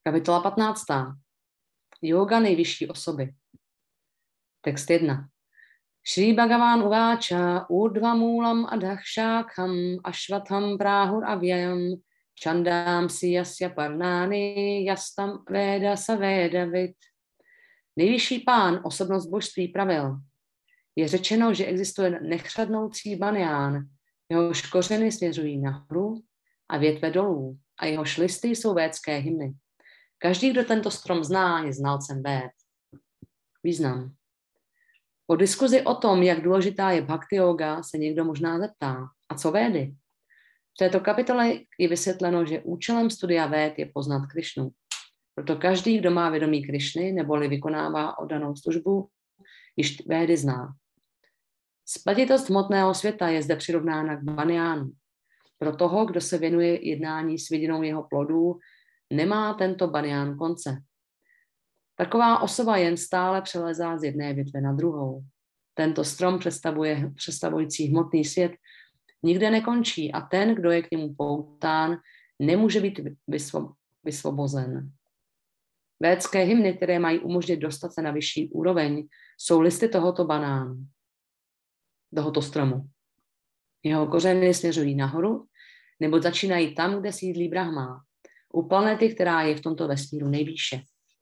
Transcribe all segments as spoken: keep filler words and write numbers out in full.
Kapitola patnáctá. Yoga nejvyšší osoby. Text jedna. Šrí Bhagavan uváča urdvamulam adhakšákham ašvatham práhur avyayam čandám si jasya parnány jastam véda sa védavit. Nejvyšší pán, osobnost božství, pravil. Je řečeno, že existuje nechřadnoucí banián, jehož kořeny směřují nahoru a větve dolů a jehož listy jsou védské hymny. Každý, kdo tento strom zná, je znalcem véd. Význam. Po diskuzi o tom, jak důležitá je bhakti yoga, se někdo možná zeptá, a co védy? V této kapitole je vysvětleno, že účelem studia véd je poznat Krišnu. Proto každý, kdo má vědomí Krišny neboli vykonává oddanou službu, již védy zná. Spletitost hmotného světa je zde přirovnána k baniánu. Pro toho, kdo se věnuje jednání s vidinou jeho plodů, nemá tento banián konce. Taková osoba jen stále přelezá z jedné větve na druhou. Tento strom představuje, představující hmotný svět nikde nekončí a ten, kdo je k němu poután, nemůže být vysvo, vysvobozen. Védské hymny, které mají umožnit dostat se na vyšší úroveň, jsou listy tohoto banánu, tohoto stromu. Jeho kořeny směřují nahoru, nebo začínají tam, kde sídlí Brahma, u planety, která je v tomto vesmíru nejvýše.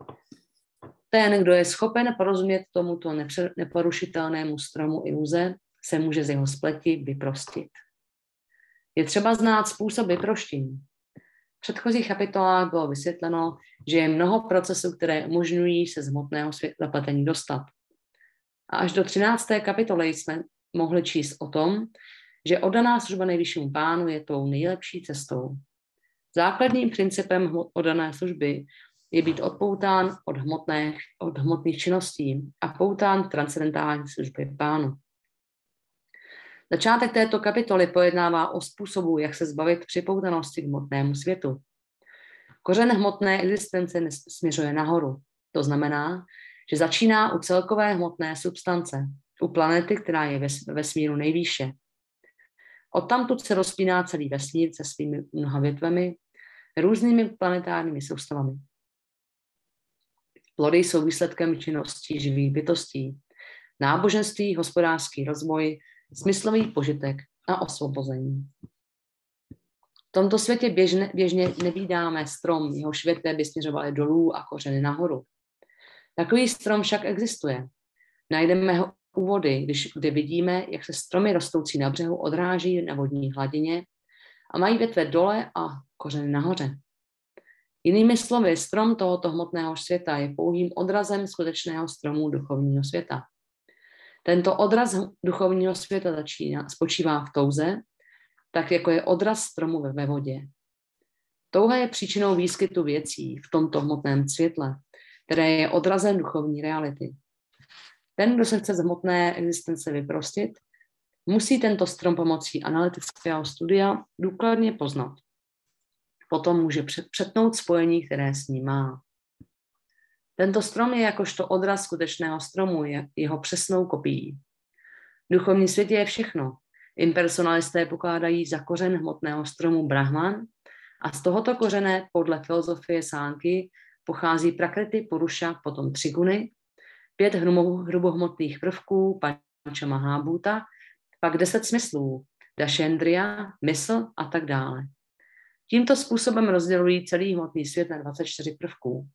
Ten, kdo je schopen porozumět tomuto neporušitelnému stromu iluze, se může z jeho spleti vyprostit. Je třeba znát způsob vyproštění. V předchozích kapitolách bylo vysvětleno, že je mnoho procesů, které umožňují se z hmotného zapletení dostat. A až do třinácté kapitoly jsme mohli číst o tom, že oddaná služba nejvyššímu pánu je tou nejlepší cestou. Základním principem oddané služby je být odpoután od, hmotných, od hmotných činností a poután transcendentální služby pánu. Začátek této kapitoly pojednává o způsobu, jak se zbavit připoutanosti k hmotnému světu. Kořen hmotné existence směřuje nahoru. To znamená, že začíná u celkové hmotné substance, u planety, která je ve vesmíru nejvýše. Odtamtud se rozpíná celý vesmír se svými mnoha větvemi, různými planetárními soustavami. Plody jsou výsledkem činností živých bytostí, náboženství, hospodářský rozvoj, smyslový požitek a osvobození. V tomto světě běžně, běžně nevídáme strom, jehož větve by směřovaly dolů a kořeny nahoru. Takový strom však existuje. Najdeme ho u vody, když, kde vidíme, jak se stromy rostoucí na břehu odráží na vodní hladině a mají větve dole a kořeny nahoře. Jinými slovy, strom tohoto hmotného světa je pouhým odrazem skutečného stromu duchovního světa. Tento odraz duchovního světa začíná, spočívá v touze, tak jako je odraz stromu ve, ve vodě. Touha je příčinou výskytu věcí v tomto hmotném světle, které je odrazem duchovní reality. Ten, kdo se chce z hmotné existence vyprostit, musí tento strom pomocí analytického studia důkladně poznat. Potom může přetnout spojení, které s ním má. Tento strom je jakožto odraz skutečného stromu, je jeho přesnou kopií. Duchovní svět je všechno. Impersonalisté pokládají za kořen hmotného stromu Brahman a z tohoto kořene podle filozofie Sánky pochází prakriti, puruša, potom tři guny, pět hrubohmotných prvků, panča mahábhuta, pak deset smyslů, dašendriya, mysl a tak dále. Tímto způsobem rozdělují celý hmotný svět na dvacet čtyři prvků.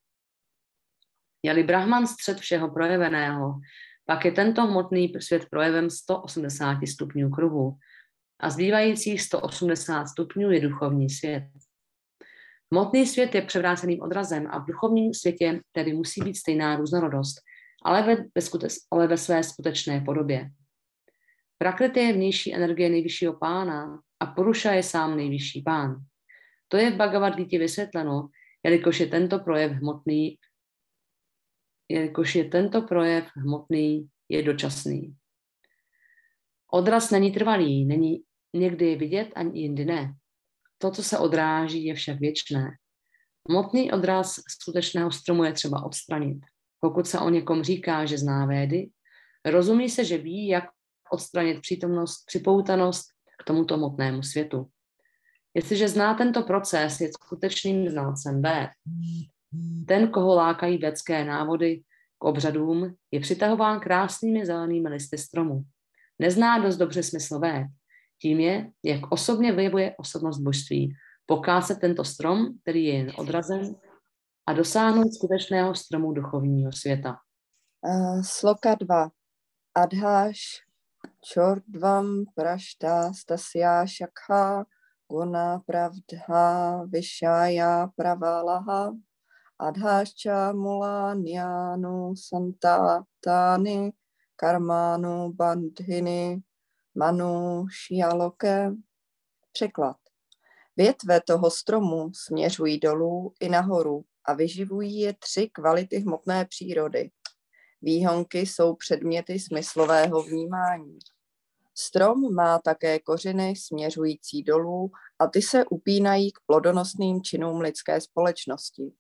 Je-li Brahman střed všeho projeveného, pak je tento hmotný svět projevem sto osmdesát stupňů kruhu a zbývajících sto osmdesát stupňů je duchovní svět. Hmotný svět je převráceným odrazem a v duchovním světě tedy musí být stejná různorodost, ale ve, ve, skute- ale ve své skutečné podobě. Prakriti je vnější energie nejvyššího pána a Puruša je sám nejvyšší pán. To je v Bhagavad Gita vysvětleno, jelikož je tento projev hmotný, jelikož je tento projev hmotný, je dočasný. Odraz není trvalý, není někdy vidět ani jindy ne. To, co se odráží, je však věčné. Hmotný odraz skutečného stromu je třeba odstranit. Pokud se o někom říká, že zná védy, rozumí se, že ví, jak odstranit přítomnost, připoutanost k tomuto hmotnému světu. Jestliže zná tento proces, je skutečným znalcem véd. Ten, koho lákají vědecké návody k obřadům, je přitahován krásnými zelenými listy stromu. Nezná dost dobře smysl véd. Tím je, jak osobně vyjevuje osobnost božství, pokácet tento strom, který je jen odrazem, a dosáhnout skutečného stromu duchovního světa. Uh, sloka dva. Adháš čordvam praštá stasya shakha guna pravdha vyšája praválaha adhášča mulányánu santátány karmánu bandhiny manu šialoke. Překlad. Větve toho stromu směřují dolů i nahoru a vyživují je tři kvality hmotné přírody. Výhonky jsou předměty smyslového vnímání. Strom má také kořeny směřující dolů a ty se upínají k plodonosným činům lidské společnosti.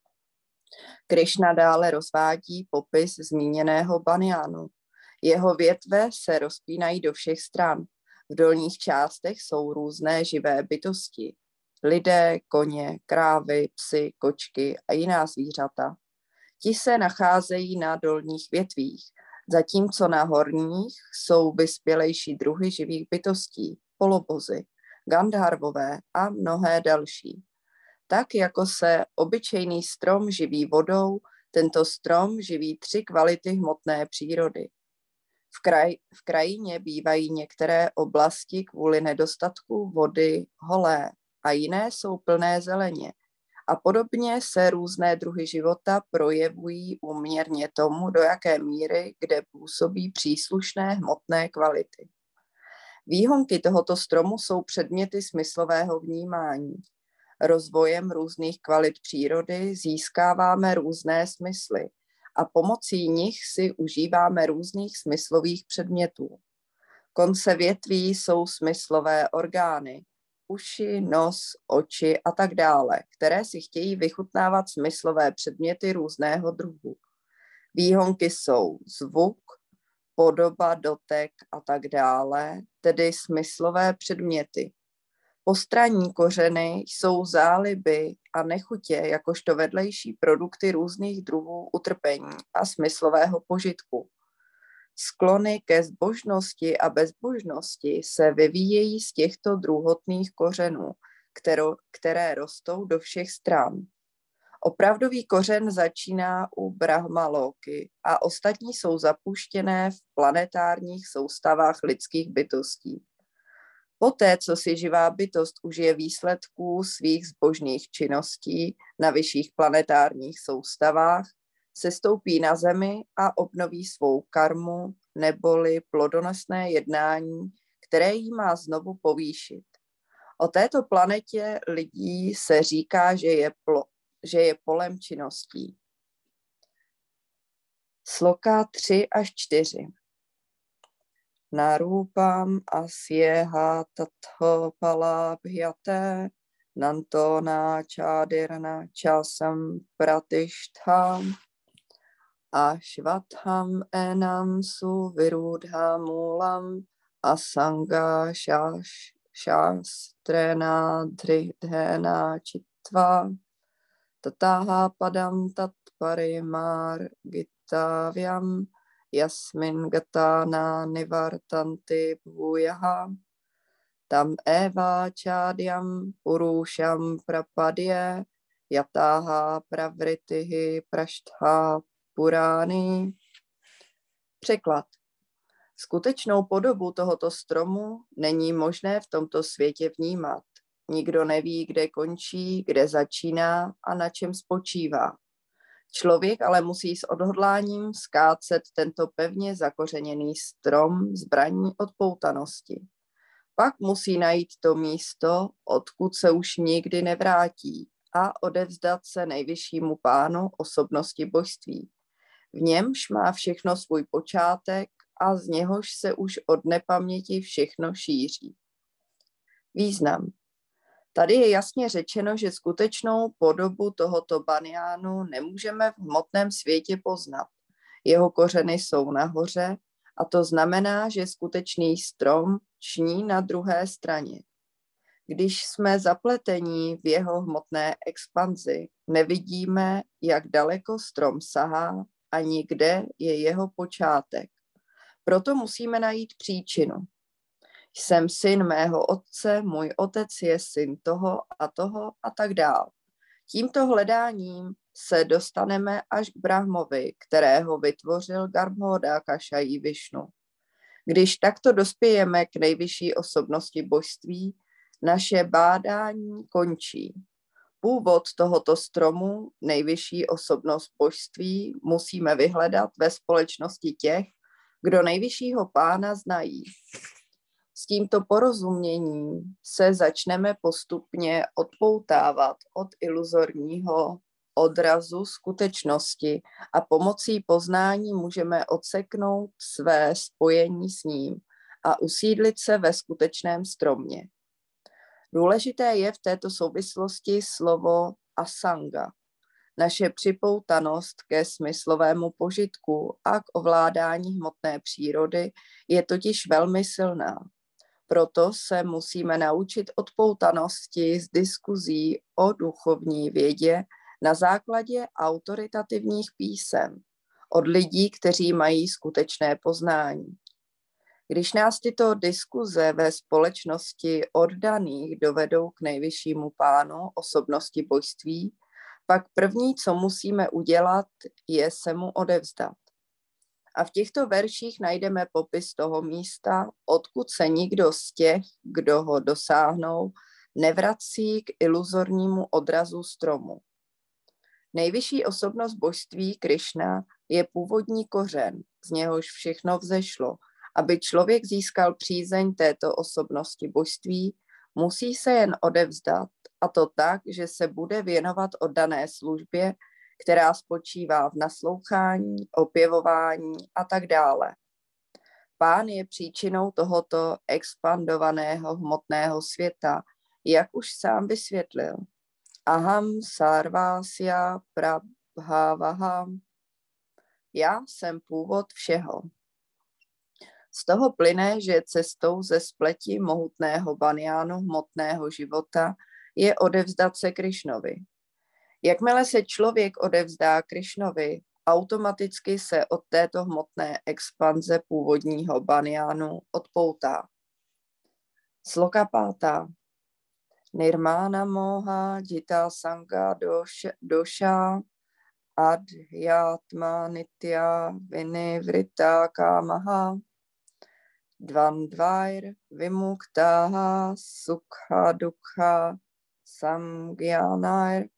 Krišna dále rozvádí popis zmíněného banjánu. Jeho větve se rozpínají do všech stran. V dolních částech jsou různé živé bytosti. Lidé, koně, krávy, psy, kočky a jiná zvířata. Ti se nacházejí na dolních větvích, zatímco na horních jsou vyspělejší druhy živých bytostí, polobozy, gandharvové a mnohé další. Tak jako se obyčejný strom živí vodou, tento strom živí tři kvality hmotné přírody. V, kraj, v krajině bývají některé oblasti kvůli nedostatku vody holé a jiné jsou plné zeleně. A podobně se různé druhy života projevují úměrně tomu, do jaké míry, kde působí příslušné hmotné kvality. Výhonky tohoto stromu jsou předměty smyslového vnímání. Rozvojem různých kvalit přírody získáváme různé smysly a pomocí nich si užíváme různých smyslových předmětů. Konce větví jsou smyslové orgány, uši, nos, oči a tak dále, které si chtějí vychutnávat smyslové předměty různého druhu. Výhonky jsou zvuk, podoba, dotek a tak dále, tedy smyslové předměty. Postranní kořeny jsou záliby a nechutě jakožto vedlejší produkty různých druhů utrpení a smyslového požitku. Sklony ke zbožnosti a bezbožnosti se vyvíjejí z těchto druhotných kořenů, kterou, které rostou do všech stran. Opravdový kořen začíná u Brahmalóky a ostatní jsou zapuštěné v planetárních soustavách lidských bytostí. Poté, co si živá bytost užije výsledků svých zbožných činností na vyšších planetárních soustavách, se stoupí na zemi a obnoví svou karmu neboli plodonosné jednání, které jí má znovu povýšit. O této planetě lidí se říká, že je, plo, že je polem činností. Sloka tři až čtyři. Narupam asyeha tatho palabhyate nantona chadirna chasam pratistham ashvatham enam suvirudha mulam asanga shastrena dridhena chitva tataha padam tatparimar gitavyam Yasmin gatana nivartanti bhuyaha tam eva chádyam purusham prapadye yataha pravritihi prashtha purány. Překlad. Skutečnou podobu tohoto stromu není možné v tomto světě vnímat. Nikdo neví, kde končí, kde začíná a na čem spočívá. Člověk ale musí s odhodláním skácet tento pevně zakořeněný strom zbraní odpoutanosti. Pak musí najít to místo, odkud se už nikdy nevrátí a odevzdat se nejvyššímu pánu osobnosti božství. V němž má všechno svůj počátek a z něhož se už od nepaměti všechno šíří. Význam. Tady je jasně řečeno, že skutečnou podobu tohoto banjánu nemůžeme v hmotném světě poznat. Jeho kořeny jsou nahoře a to znamená, že skutečný strom ční na druhé straně. Když jsme zapletení v jeho hmotné expanzi, nevidíme, jak daleko strom sahá ani kde je jeho počátek. Proto musíme najít příčinu. Jsem syn mého otce, můj otec je syn toho a toho a tak dál. Tímto hledáním se dostaneme až k Brahmovi, kterého vytvořil Garbhodakašají Višnu. Když takto dospějeme k nejvyšší osobnosti božství, naše bádání končí. Původ tohoto stromu, nejvyšší osobnost božství, musíme vyhledat ve společnosti těch, kdo nejvyššího pána znají. S tímto porozuměním se začneme postupně odpoutávat od iluzorního odrazu skutečnosti a pomocí poznání můžeme odseknout své spojení s ním a usídlit se ve skutečném stromě. Důležité je v této souvislosti slovo asanga. Naše připoutanost ke smyslovému požitku a k ovládání hmotné přírody je totiž velmi silná. Proto se musíme naučit odpoutanosti z diskuzí o duchovní vědě na základě autoritativních písem od lidí, kteří mají skutečné poznání. Když nás tyto diskuze ve společnosti oddaných dovedou k nejvyššímu pánu osobnosti božství, pak první, co musíme udělat, je se mu odevzdat. A v těchto verších najdeme popis toho místa, odkud se nikdo z těch, kdo ho dosáhnou, nevrací k iluzornímu odrazu stromu. Nejvyšší osobnost božství Krišna je původní kořen, z něhož všechno vzešlo. Aby člověk získal přízeň této osobnosti božství, musí se jen odevzdat, a to tak, že se bude věnovat oddané službě, která spočívá v naslouchání, opěvování a tak dále. Pán je příčinou tohoto expandovaného hmotného světa, jak už sám vysvětlil. Aham sarvasya prabhavaham. Já jsem původ všeho. Z toho plyne, že cestou ze spleti mohutného banjánu hmotného života je odevzdat se Krišnovi. Jakmile se člověk odevzdá Krišnovi, automaticky se od této hmotné expanze původního banjánu odpoutá. Sloka pátá. Nirmána moha jita sanga dosha adhyatma nitya vinivrita kamaha dvandvair vimuktaha sukha dukha samgyanair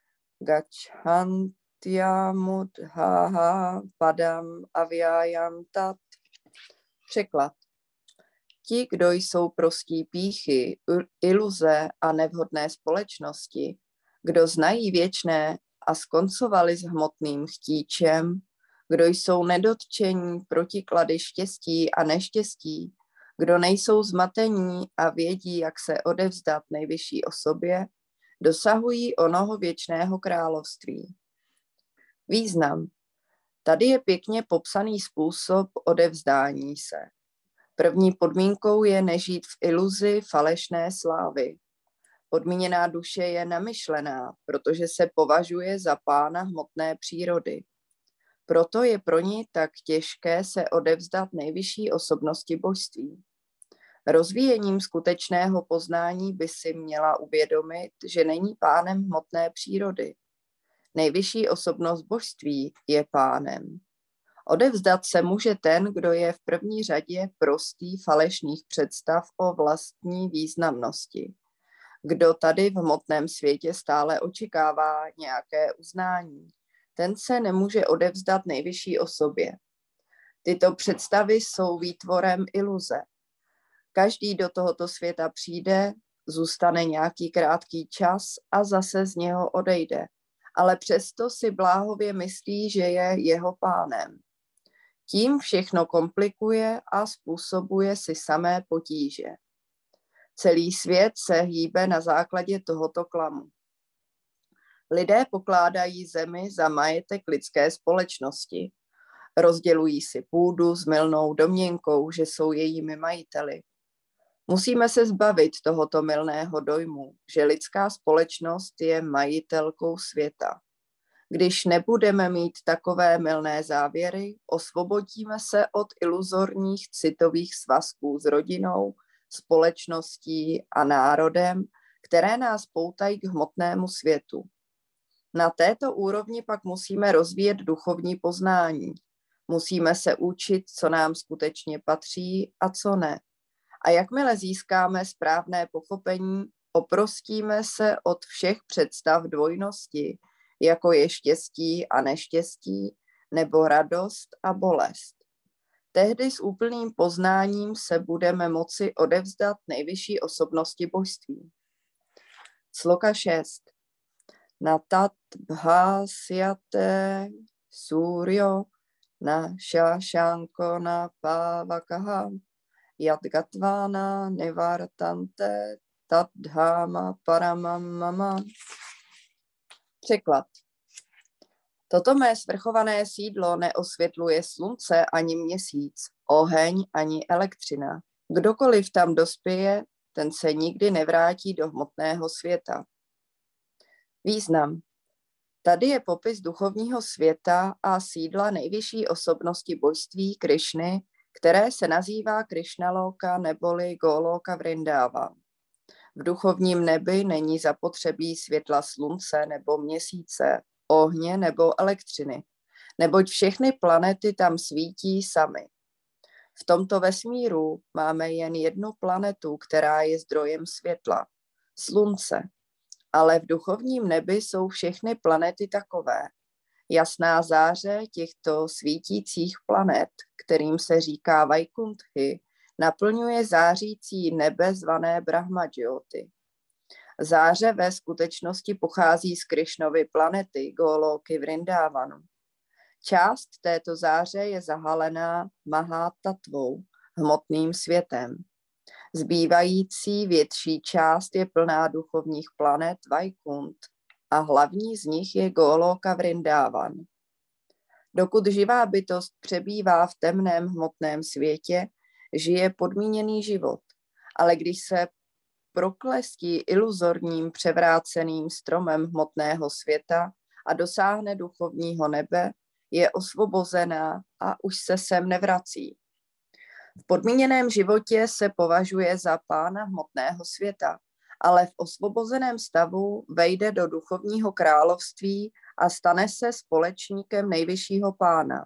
gachantyamudhaha padam avyayam tat. Překlad. Ti, kdo jsou prostí pýchy, iluze a nevhodné společnosti, kdo znají věčné a skoncovali s hmotným chtíčem, kdo jsou nedotčení protiklady štěstí a neštěstí, kdo nejsou zmatení a vědí, jak se odevzdat nejvyšší osobě, dosahují onoho věčného království. Význam. Tady je pěkně popsaný způsob odevzdání se. První podmínkou je nežít v iluzi falešné slávy. Podmíněná duše je namyšlená, protože se považuje za pána hmotné přírody. Proto je pro ní tak těžké se odevzdat nejvyšší osobnosti božství. Rozvíjením skutečného poznání by si měla uvědomit, že není pánem hmotné přírody. Nejvyšší osobnost božství je pánem. Odevzdat se může ten, kdo je v první řadě prostý falešných představ o vlastní významnosti. Kdo tady v hmotném světě stále očekává nějaké uznání, ten se nemůže odevzdat nejvyšší osobě. Tyto představy jsou výtvorem iluze. Každý do tohoto světa přijde, zůstane nějaký krátký čas a zase z něho odejde, ale přesto si bláhově myslí, že je jeho pánem. Tím všechno komplikuje a způsobuje si samé potíže. Celý svět se hýbe na základě tohoto klamu. Lidé pokládají zemi za majetek lidské společnosti. Rozdělují si půdu s mylnou domněnkou, že jsou jejími majiteli. Musíme se zbavit tohoto mylného dojmu, že lidská společnost je majitelkou světa. Když nebudeme mít takové mylné závěry, osvobodíme se od iluzorních citových svazků s rodinou, společností a národem, které nás poutají k hmotnému světu. Na této úrovni pak musíme rozvíjet duchovní poznání. Musíme se učit, co nám skutečně patří a co ne. A jakmile získáme správné pochopení, oprostíme se od všech představ dvojnosti, jako je štěstí a neštěstí, nebo radost a bolest. Tehdy s úplným poznáním se budeme moci odevzdat nejvyšší osobnosti božství. Sloka šest. Natat bhasyate suryo na šašanko na pavakaha yadgatvána nevartante tadháma paramamama. Překlad. Toto mé svrchované sídlo neosvětluje slunce ani měsíc, oheň ani elektřina. Kdokoliv tam dospěje, ten se nikdy nevrátí do hmotného světa. Význam. Tady je popis duchovního světa a sídla nejvyšší osobnosti božství Krišny, které se nazývá Krišnaloka neboli Goloka Vrindáva. V duchovním nebi není zapotřebí světla slunce nebo měsíce, ohně nebo elektřiny, neboť všechny planety tam svítí samy. V tomto vesmíru máme jen jednu planetu, která je zdrojem světla, slunce. Ale v duchovním nebi jsou všechny planety takové. Jasná záře těchto svítících planet, kterým se říká Vaikunthy, naplňuje zářící nebe zvané Brahmadžyoty. Záře ve skutečnosti pochází z Krišnovy planety Goloky Vrindávanu. Část této záře je zahalená Mahatatvou, hmotným světem. Zbývající větší část je plná duchovních planet Vaikunt a hlavní z nich je Goloka Vrindávan. Dokud živá bytost přebývá v temném hmotném světě, žije podmíněný život, ale když se proklestí iluzorním převráceným stromem hmotného světa a dosáhne duchovního nebe, je osvobozená a už se sem nevrací. V podmíněném životě se považuje za pána hmotného světa, ale v osvobozeném stavu vejde do duchovního království a stane se společníkem nejvyššího pána.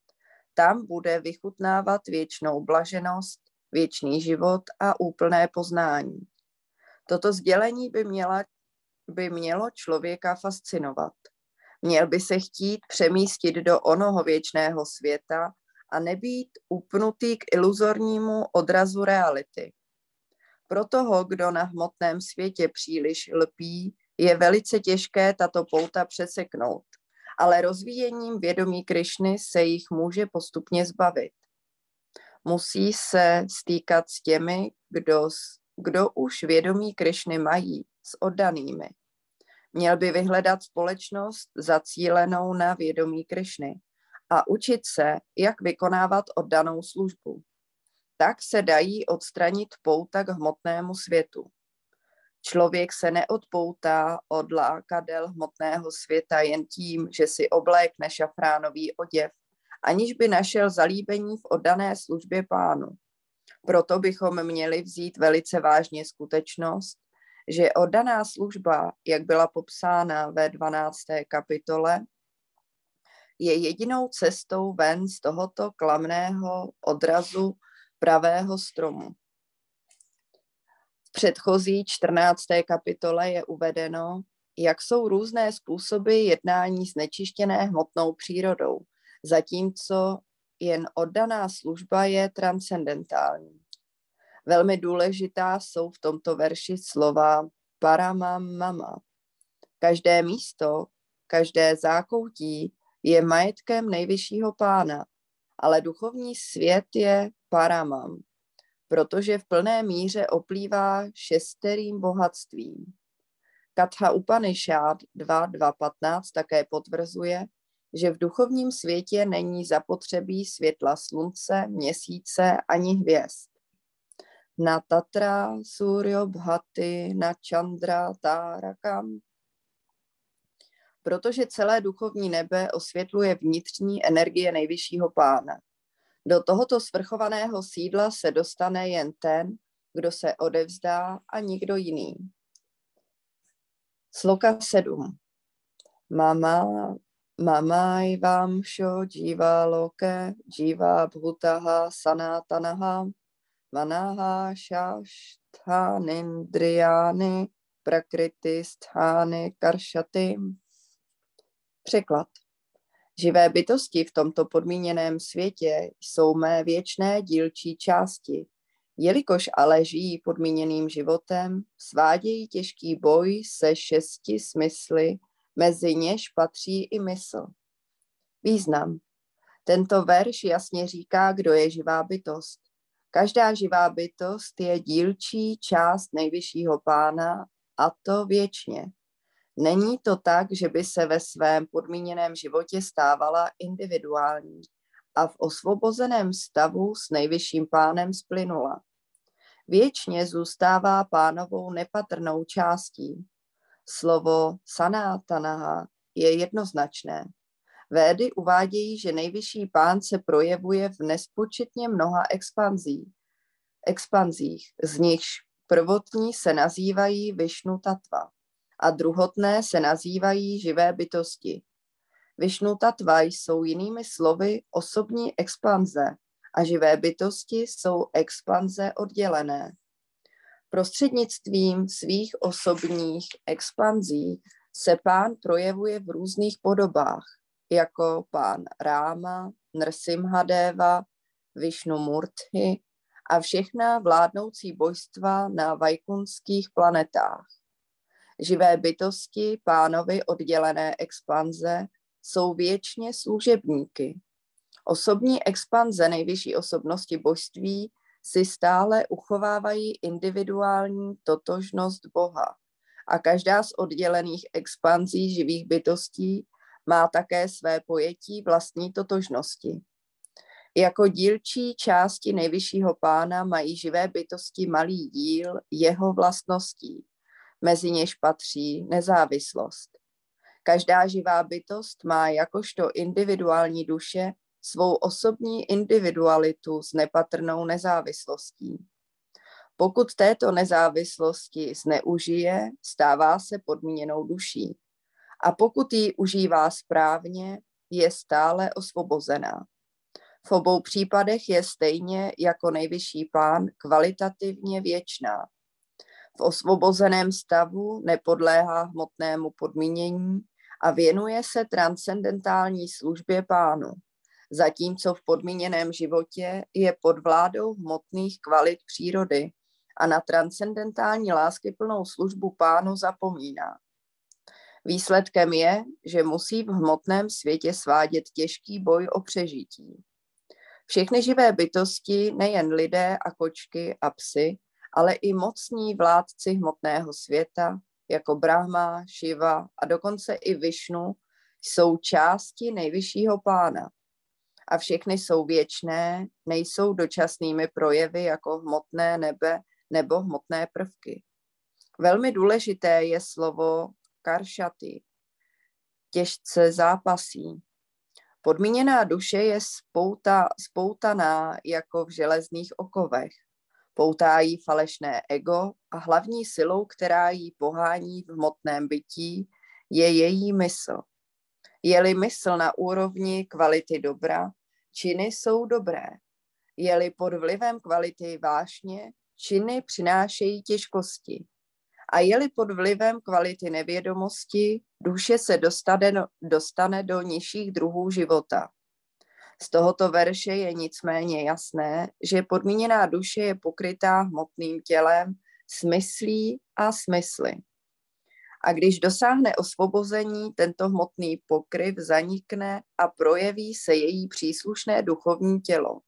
Tam bude vychutnávat věčnou blaženost, věčný život a úplné poznání. Toto sdělení by, měla, by mělo člověka fascinovat. Měl by se chtít přemístit do onoho věčného světa a nebýt upnutý k iluzornímu odrazu reality. Pro toho, kdo na hmotném světě příliš lpí, je velice těžké tato pouta přeseknout, ale rozvíjením vědomí Krišny se jich může postupně zbavit. Musí se stýkat s těmi, kdo, kdo už vědomí Krišny mají, s oddanými. Měl by vyhledat společnost zacílenou na vědomí Krišny a učit se, jak vykonávat oddanou službu. Tak se dají odstranit pouta k hmotnému světu. Člověk se neodpoutá od lákadel hmotného světa jen tím, že si oblékne šafránový oděv, aniž by našel zalíbení v oddané službě pánu. Proto bychom měli vzít velice vážně skutečnost, že oddaná služba, jak byla popsána ve dvanácté kapitole, je jedinou cestou ven z tohoto klamného odrazu pravého stromu. V předchozí čtrnácté kapitole je uvedeno, jak jsou různé způsoby jednání znečištěné hmotnou přírodou, zatímco jen oddaná služba je transcendentální. Velmi důležitá jsou v tomto verši slova paramamama. Každé místo, každé zákoutí je majetkem nejvyššího pána, ale duchovní svět je paramam, protože v plné míře oplývá šesterým bohatstvím. Katha Upanishad dva dva patnáct také potvrzuje, že v duchovním světě není zapotřebí světla slunce, měsíce ani hvězd. na Tatra Suryo Bhati na Chandra Tarakam. Protože celé duchovní nebe osvětluje vnitřní energie nejvyššího pána. Do tohoto svrchovaného sídla se dostane jen ten, kdo se odevzdá, a nikdo jiný. Sloka sedm. Mama, mamai vamsho jiva loke, jiva bhutaha sanatanaha, manaha shashtanindriyani prakriti sthani karshati. Překlad. Živé bytosti v tomto podmíněném světě jsou mé věčné dílčí části. Jelikož ale žijí podmíněným životem, svádějí těžký boj se šesti smysly, mezi něž patří i mysl. Význam. Tento verš jasně říká, kdo je živá bytost. Každá živá bytost je dílčí část nejvyššího pána, a to věčně. Není to tak, že by se ve svém podmíněném životě stávala individuální a v osvobozeném stavu s nejvyšším pánem splynula. Věčně zůstává pánovou nepatrnou částí. Slovo sanátanaha je jednoznačné. Védy uvádějí, že nejvyšší pán se projevuje v nespočetně mnoha expanzích, expanzích, z nichž prvotní se nazývají Višnu tattva a druhotné se nazývají živé bytosti. Višnu tattva jsou jinými slovy osobní expanze a živé bytosti jsou expanze oddělené. Prostřednictvím svých osobních expanzí se pán projevuje v různých podobách, jako pán Ráma, Nrsimhadeva, Višnumurti a všechna vládnoucí božstva na vajkunských planetách. Živé bytosti pánovi oddělené expanze jsou věčně služebníky. Osobní expanze nejvyšší osobnosti božství si stále uchovávají individuální totožnost Boha a každá z oddělených expanzí živých bytostí má také své pojetí vlastní totožnosti. Jako dílčí části nejvyššího pána mají živé bytosti malý díl jeho vlastností, mezi něž patří nezávislost. Každá živá bytost má jakožto individuální duše svou osobní individualitu s nepatrnou nezávislostí. Pokud této nezávislosti zneužije, stává se podmíněnou duší. A pokud ji užívá správně, je stále osvobozená. V obou případech je stejně jako nejvyšší pán kvalitativně věčná. V osvobozeném stavu nepodléhá hmotnému podmínění a věnuje se transcendentální službě pánu, zatímco v podmíněném životě je pod vládou hmotných kvalit přírody a na transcendentální láskyplnou službu pánu zapomíná. Výsledkem je, že musí v hmotném světě svádět těžký boj o přežití. Všechny živé bytosti, nejen lidé a kočky a psy, ale i mocní vládci hmotného světa, jako Brahma, Šiva a dokonce i Višnu, jsou části nejvyššího pána. A všechny jsou věčné, nejsou dočasnými projevy jako hmotné nebe nebo hmotné prvky. Velmi důležité je slovo karšaty, těžce zápasí. Podmíněná duše je spouta, spoutaná jako v železných okovech. Poutá jí falešné ego a hlavní silou, která jí pohání v hmotném bytí, je její mysl. Je-li mysl na úrovni kvality dobra, činy jsou dobré. Je-li pod vlivem kvality vášně, činy přinášejí těžkosti. A je-li pod vlivem kvality nevědomosti, duše se dostane, dostane do nižších druhů života. Z tohoto verše je nicméně jasné, že podmíněná duše je pokrytá hmotným tělem, smyslí a smysly. A když dosáhne osvobození, tento hmotný pokryv zanikne a projeví se její příslušné duchovní tělo.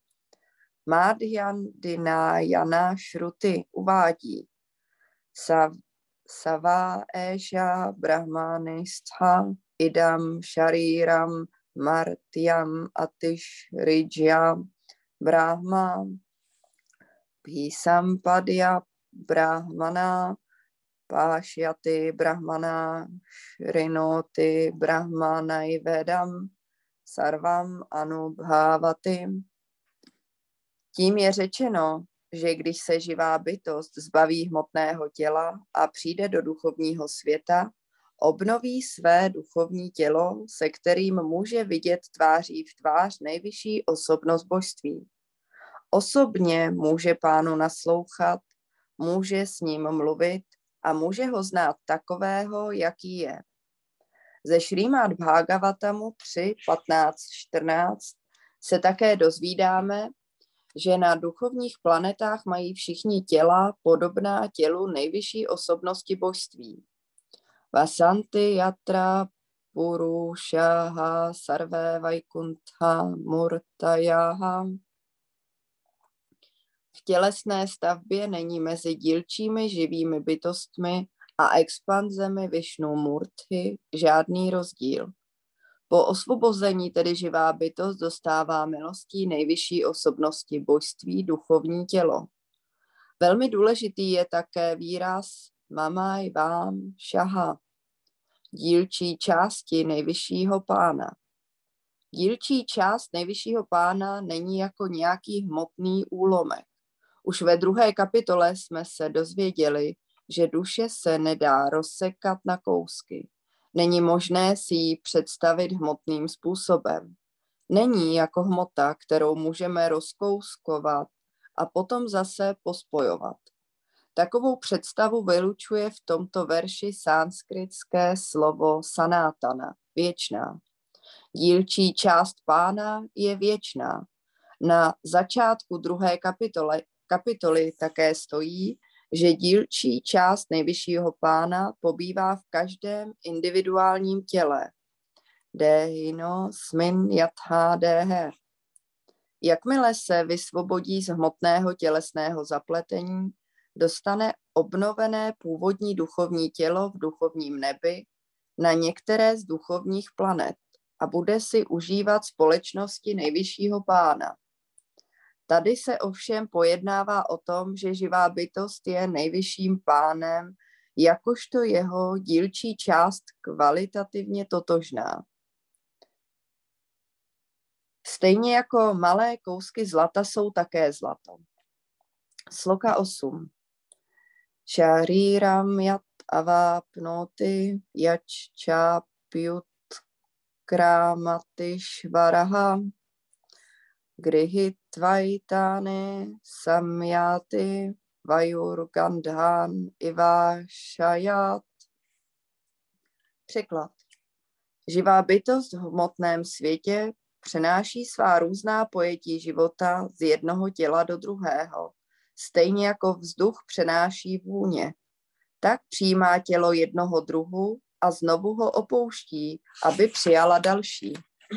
Madhyandinayana Shruti uvádí Sav, Savá Esha Brahmanistha idam Shariram Martyam Atish Rijyam Brahma Bhisampadya brahmana pášyaty brahmana šrinoti brahmanai vedam sarvam anubhavati. Tím je řečeno, že když se živá bytost zbaví hmotného těla a přijde do duchovního světa, obnoví své duchovní tělo, se kterým může vidět tváří v tvář nejvyšší osobnost božství. Osobně může pánu naslouchat, může s ním mluvit a může ho znát takového, jaký je. Ze Šrímad Bhagavatamu tři, patnáct, čtrnáct se také dozvídáme, že na duchovních planetách mají všichni těla podobná tělu nejvyšší osobnosti božství. Vasanti yatra purushaha sarve vaikuntha murtayaha. V tělesné stavbě není mezi dílčími živými bytostmi a expanzemi Višnu Murthy žádný rozdíl. Po osvobození tedy živá bytost dostává milostí nejvyšší osobnosti božství duchovní tělo. Velmi důležitý je také výraz Mamaj vám šaha, dílčí části nejvyššího pána. Dílčí část nejvyššího pána není jako nějaký hmotný úlomek. Už ve druhé kapitole jsme se dozvěděli, že duše se nedá rozsekat na kousky. Není možné si ji představit hmotným způsobem. Není jako hmota, kterou můžeme rozkouskovat a potom zase pospojovat. Takovou představu vylučuje v tomto verši sanskritské slovo sanátana, věčná. Dílčí část pána je věčná. Na začátku druhé kapitole, kapitoly také stojí, že dílčí část nejvyššího pána pobývá v každém individuálním těle. Dehino smin yatha dehe. Jakmile se vysvobodí z hmotného tělesného zapletení, dostane obnovené původní duchovní tělo v duchovním nebi na některé z duchovních planet a bude si užívat společnosti nejvyššího pána. Tady se ovšem pojednává o tom, že živá bytost je nejvyšším pánem, jakožto jeho dílčí část kvalitativně totožná. Stejně jako malé kousky zlata jsou také zlato. Sloka osm. Šaríram jat avápnoti jač čápjut krámati švaraha grihi tvajtány samjáty vajurgandhán ivášaját. Překlad. Živá bytost v hmotném světě přenáší svá různá pojetí života z jednoho těla do druhého. Stejně jako vzduch přenáší vůně, tak přijímá tělo jednoho druhu a znovu ho opouští, aby přijala další.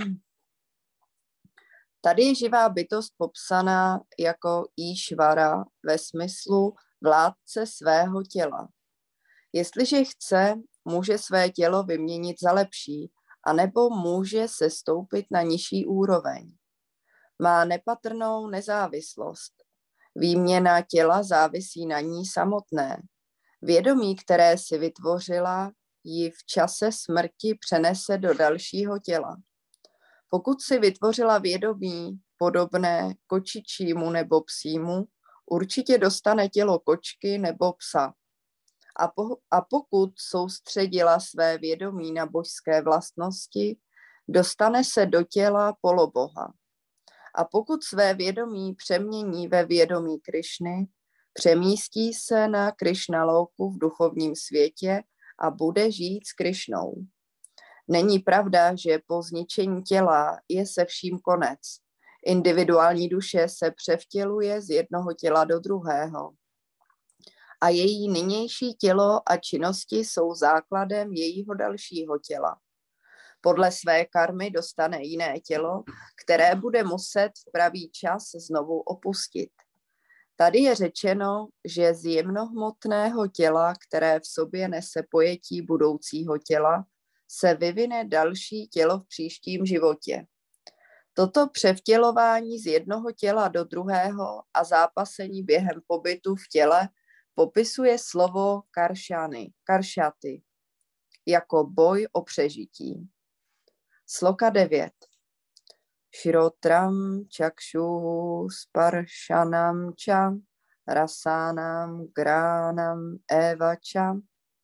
Tady je živá bytost popsaná jako Íšvara ve smyslu vládce svého těla. Jestliže chce, může své tělo vyměnit za lepší, anebo může sestoupit na nižší úroveň. Má nepatrnou nezávislost. Výměna těla závisí na ní samotné. Vědomí, které si vytvořila, ji v čase smrti přenese do dalšího těla. Pokud si vytvořila vědomí podobné kočičímu nebo psímu, určitě dostane tělo kočky nebo psa. A, po, a pokud soustředila své vědomí na božské vlastnosti, dostane se do těla poloboha. A pokud své vědomí přemění ve vědomí Krišny, přemístí se na Krišnalóku v duchovním světě a bude žít s Krišnou. Není pravda, že po zničení těla je se vším konec. Individuální duše se převtěluje z jednoho těla do druhého. A její nynější tělo a činnosti jsou základem jejího dalšího těla. Podle své karmy dostane jiné tělo, které bude muset v pravý čas znovu opustit. Tady je řečeno, že z jemnohmotného těla, které v sobě nese pojetí budoucího těla, se vyvine další tělo v příštím životě. Toto převtělování z jednoho těla do druhého a zápasení během pobytu v těle popisuje slovo karšany, karšaty, jako boj o přežití. Sloka devět. Šrotram čakšuhu sparšanam ča rasánam gránam evača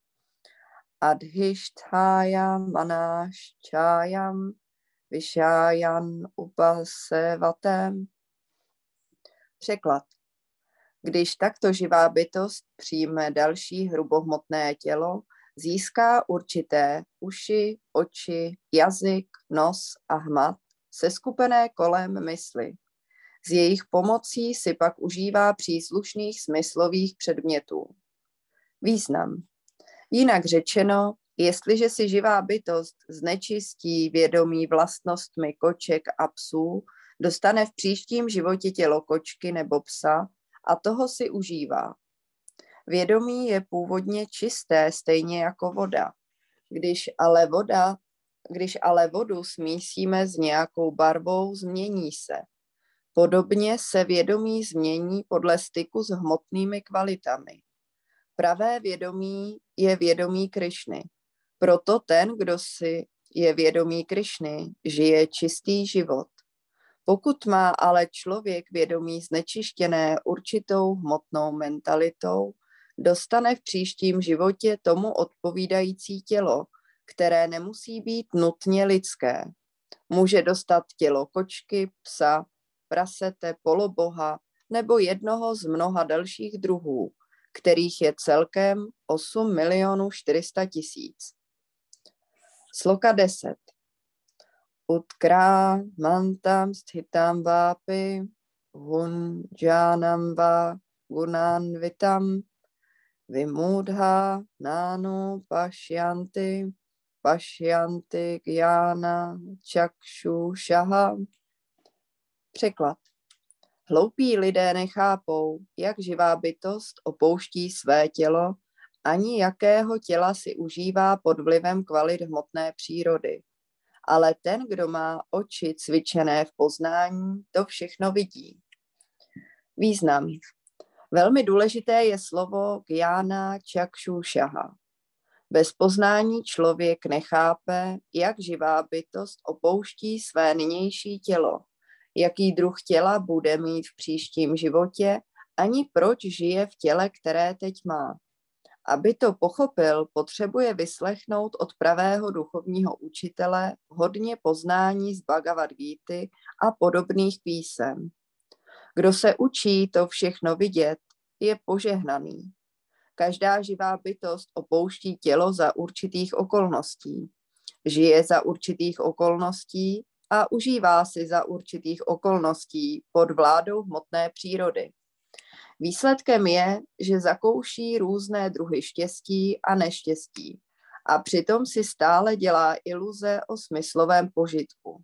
adhišthājam manáščájam vyšájan upasevatem. Překlad. Když takto živá bytost přijme další hrubohmotné tělo, získá určité uši, oči, jazyk, nos a hmat seskupené kolem mysli. S jejich pomocí si pak užívá příslušných smyslových předmětů. Význam. Jinak řečeno, jestliže si živá bytost znečistí vědomí vlastnostmi koček a psů, dostane v příštím životě tělo kočky nebo psa a toho si užívá. Vědomí je původně čisté, stejně jako voda. Když ale, voda, když ale vodu smísíme s nějakou barvou, změní se. Podobně se vědomí změní podle styku s hmotnými kvalitami. Pravé vědomí je vědomí Krišny. Proto ten, kdo si je vědomí Krišny, žije čistý život. Pokud má ale člověk vědomí znečištěné určitou hmotnou mentalitou, dostane v příštím životě tomu odpovídající tělo, které nemusí být nutně lidské. Může dostat tělo kočky, psa, prasete, poloboha nebo jednoho z mnoha dalších druhů, kterých je celkem osm milionů čtyři sta tisíc. Sloka deset. Utkrá mantam sthitam vápi hunjánam vá gunanvitam vimudha nánu pašyanti pašyanti gyána čakšušaha. Překlad. Hloupí lidé nechápou, jak živá bytost opouští své tělo, ani jakého těla si užívá pod vlivem kvalit hmotné přírody. Ale ten, kdo má oči cvičené v poznání, to všechno vidí. Význam. Velmi důležité je slovo gyána čakšušaha. Bez poznání člověk nechápe, jak živá bytost opouští své nynější tělo, jaký druh těla bude mít v příštím životě, ani proč žije v těle, které teď má. Aby to pochopil, potřebuje vyslechnout od pravého duchovního učitele hodně poznání z Bhagavad Gíty a podobných písem. Kdo se učí to všechno vidět, je požehnaný. Každá živá bytost opouští tělo za určitých okolností. Žije za určitých okolností a užívá si za určitých okolností pod vládou hmotné přírody. Výsledkem je, že zakouší různé druhy štěstí a neštěstí a přitom si stále dělá iluze o smyslovém požitku.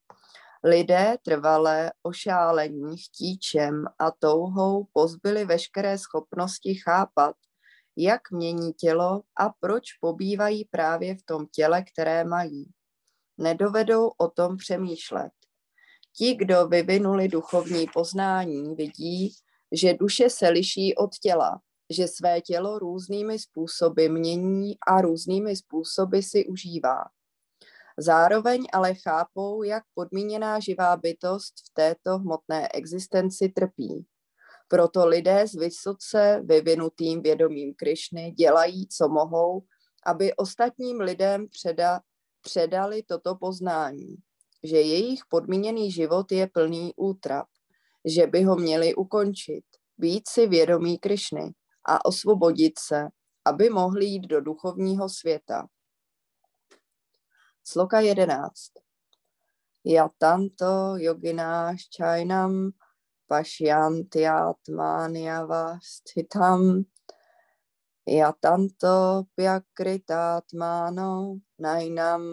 Lidé trvalé ošálení chtíčem a touhou pozbyli veškeré schopnosti chápat, jak mění tělo a proč pobývají právě v tom těle, které mají. Nedovedou o tom přemýšlet. Ti, kdo vyvinuli duchovní poznání, vidí, že duše se liší od těla, že své tělo různými způsoby mění a různými způsoby si užívá. Zároveň ale chápou, jak podmíněná živá bytost v této hmotné existenci trpí. Proto lidé s vysoce vyvinutým vědomím Krišny dělají, co mohou, aby ostatním lidem předa, předali toto poznání, že jejich podmíněný život je plný útrap, že by ho měli ukončit, být si vědomí Krišny a osvobodit se, aby mohli jít do duchovního světa. Sloka jedenáct. Yatanto yogináš čajnam pašyantyatmaniava sthitam yatanto pyakritatmano nainam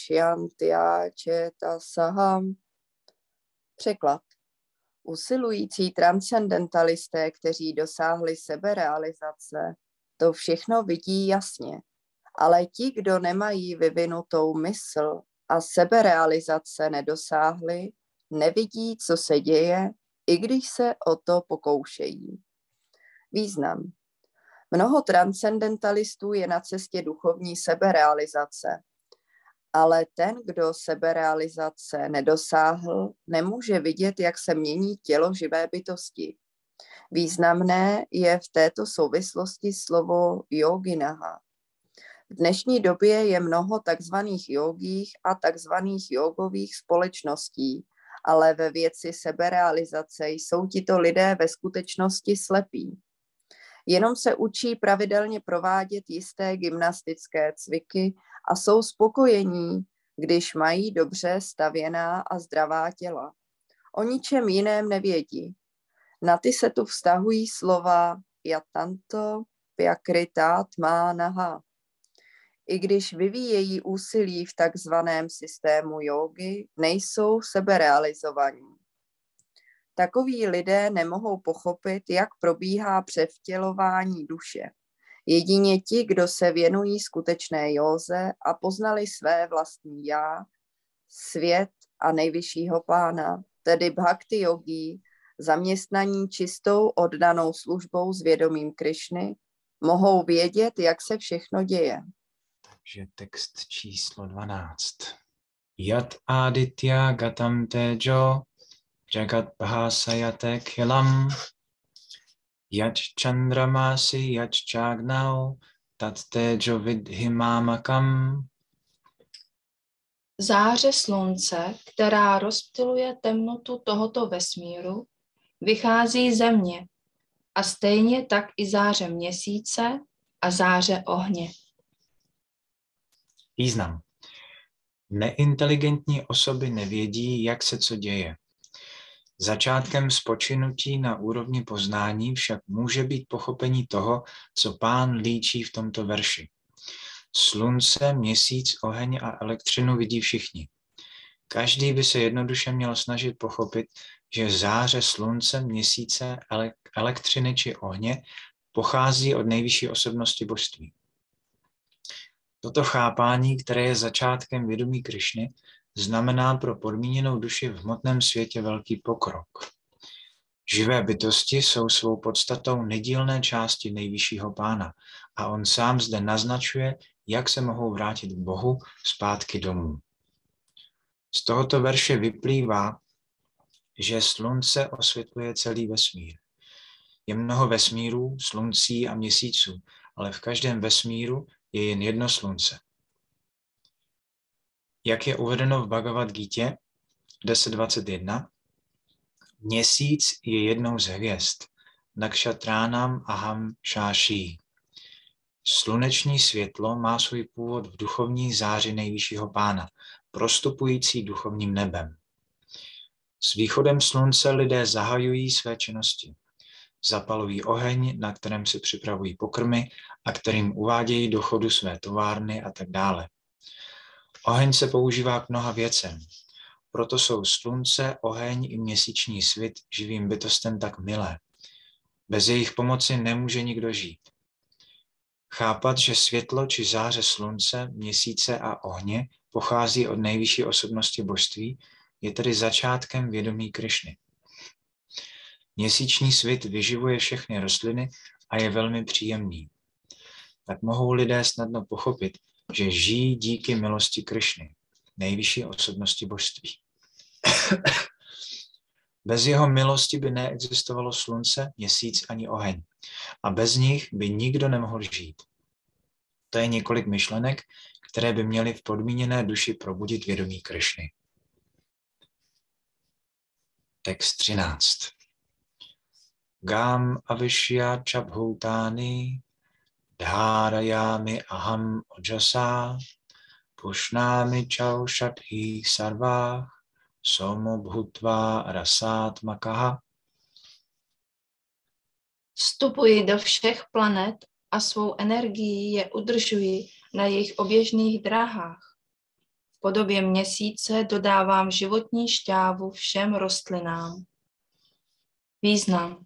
pašyantyáčetasaham. Překlad. Usilující transcendentalisté, kteří dosáhli seberealizace, to všechno vidí jasně. Ale ti, kdo nemají vyvinutou mysl a seberealizace nedosáhli, nevidí, co se děje, i když se o to pokoušejí. Význam. Mnoho transcendentalistů je na cestě duchovní seberealizace, ale ten, kdo seberealizace nedosáhl, nemůže vidět, jak se mění tělo živé bytosti. Významné je v této souvislosti slovo yoginaha. V dnešní době je mnoho takzvaných jogích a takzvaných jogových společností, ale ve věci seberealizace jsou tito lidé ve skutečnosti slepí. Jenom se učí pravidelně provádět jisté gymnastické cviky a jsou spokojení, když mají dobře stavěná a zdravá těla. O ničem jiném nevědí. Na ty se tu vztahují slova yatanto vyakritat mánaha. I když vyvíjejí úsilí v takzvaném systému jógy, nejsou seberealizovaní. Takoví lidé nemohou pochopit, jak probíhá převtělování duše. Jedině ti, kdo se věnují skutečné józe a poznali své vlastní já, svět a nejvyššího pána, tedy bhakti jogí, zaměstnaní čistou oddanou službou s vědomím Krišny, mohou vědět, jak se všechno děje. Takže text číslo dvanáct. Yat aditya gatam tejo jagat bhasayate khilam yat chandramasi yat chagnau tat tejo vidhimamakam. Záře slunce, která rozptyluje temnotu tohoto vesmíru, vychází ze mě a stejně tak i záře měsíce a záře ohně. Význam. Neinteligentní osoby nevědí, jak se co děje. Začátkem spočinutí na úrovni poznání však může být pochopení toho, co pán líčí v tomto verši. Slunce, měsíc, oheň a elektřinu vidí všichni. Každý by se jednoduše měl snažit pochopit, že záře slunce, měsíce, elektřiny či ohně pochází od nejvyšší osobnosti božství. Toto chápání, které je začátkem vědomí Krišny, znamená pro podmíněnou duši v hmotném světě velký pokrok. Živé bytosti jsou svou podstatou nedílné části nejvyššího pána a on sám zde naznačuje, jak se mohou vrátit k Bohu zpátky domů. Z tohoto verše vyplývá, že slunce osvětluje celý vesmír. Je mnoho vesmírů, sluncí a měsíců, ale v každém vesmíru je jen jedno slunce. Jak je uvedeno v Bhagavad Gítě deset dvacet jedna, měsíc je jednou z hvězd, nakshatránam aham šáší. Sluneční světlo má svůj původ v duchovní záři nejvyššího pána, prostupující duchovním nebem. S východem slunce lidé zahajují své činnosti. Zapalují oheň, na kterém si připravují pokrmy a kterým uvádějí do chodu své továrny a tak dále. Oheň se používá k mnoha věcem. Proto jsou slunce, oheň i měsíční svit živým bytostem tak milé. Bez jejich pomoci nemůže nikdo žít. Chápat, že světlo či záře slunce, měsíce a ohně pochází od nejvyšší osobnosti božství, je tedy začátkem vědomí Krišny. Měsíční svit vyživuje všechny rostliny a je velmi příjemný. Tak mohou lidé snadno pochopit, že žijí díky milosti Krišny, nejvyšší osobnosti božství. Bez jeho milosti by neexistovalo slunce, měsíc ani oheň a bez nich by nikdo nemohl žít. To je několik myšlenek, které by měly v podmíněné duši probudit vědomí Krišny. Text třináct. Gam avishya chabhutani dhárayami aham ojasa pushnámi chaushadhi sarvách somo bhutva rasátmakaha. Vstupuji do všech planet a svou energii je udržuji na jejich oběžných dráhách. V podobě měsíce dodávám životní šťávu všem rostlinám. Význam.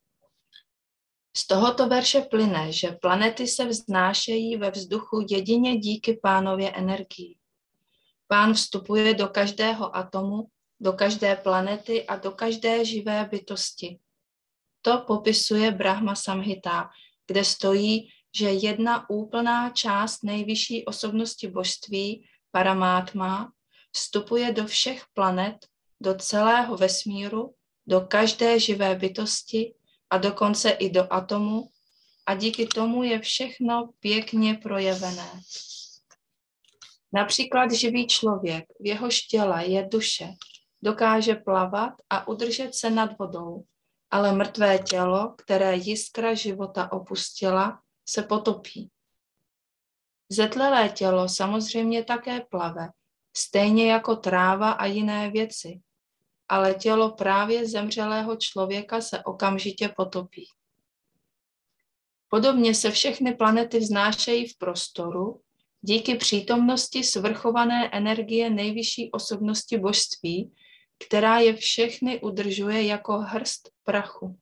Z tohoto verše plyne, že planety se vznášejí ve vzduchu jedině díky pánově energii. Pán vstupuje do každého atomu, do každé planety a do každé živé bytosti. To popisuje Brahma Samhita, kde stojí, že jedna úplná část nejvyšší osobnosti božství, Paramátma, vstupuje do všech planet, do celého vesmíru, do každé živé bytosti a dokonce i do atomu a díky tomu je všechno pěkně projevené. Například živý člověk, v jehož těle je duše, dokáže plavat a udržet se nad vodou, ale mrtvé tělo, které jiskra života opustila, se potopí. Zetlelé tělo samozřejmě také plave, stejně jako tráva a jiné věci, ale tělo právě zemřelého člověka se okamžitě potopí. Podobně se všechny planety vznášejí v prostoru díky přítomnosti svrchované energie nejvyšší osobnosti božství, která je všechny udržuje jako hrst prachu.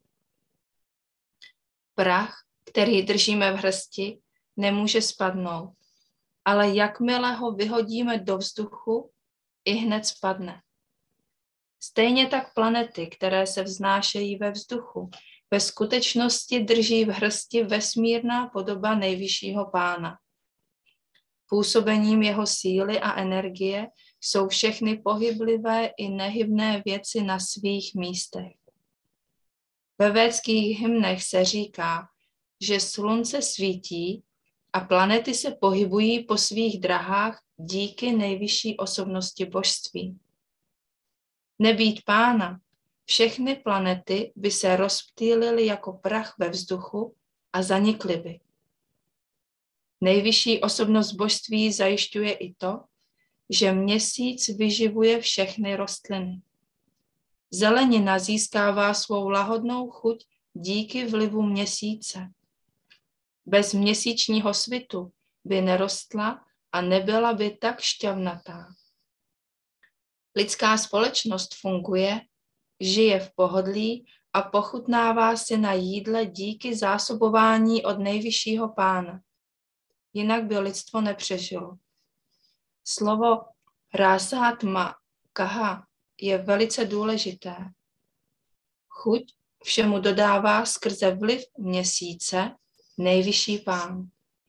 Prach, který držíme v hrsti, nemůže spadnout, ale jakmile ho vyhodíme do vzduchu, ihned spadne. Stejně tak planety, které se vznášejí ve vzduchu, ve skutečnosti drží v hrsti vesmírná podoba nejvyššího pána. Působením jeho síly a energie jsou všechny pohyblivé i nehybné věci na svých místech. Ve védských hymnech se říká, že slunce svítí a planety se pohybují po svých drahách díky nejvyšší osobnosti božství. Nebýt pána, všechny planety by se rozptýlily jako prach ve vzduchu a zanikly by. Nejvyšší osobnost božství zajišťuje i to, že měsíc vyživuje všechny rostliny. Zelenina získává svou lahodnou chuť díky vlivu měsíce. Bez měsíčního svitu by nerostla a nebyla by tak šťavnatá. Lidská společnost funguje, žije v pohodlí a pochutnává si na jídle díky zásobování od nejvyššího pána. Jinak by lidstvo nepřežilo. Slovo rásátma kaha je velice důležité. Chuť všemu dodává skrze vliv měsíce nejvyšší pán.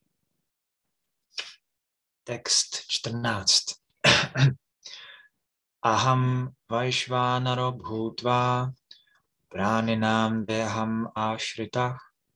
Text čtrnáct. Aham Vaishvánaro bhutva práninám deham ashritah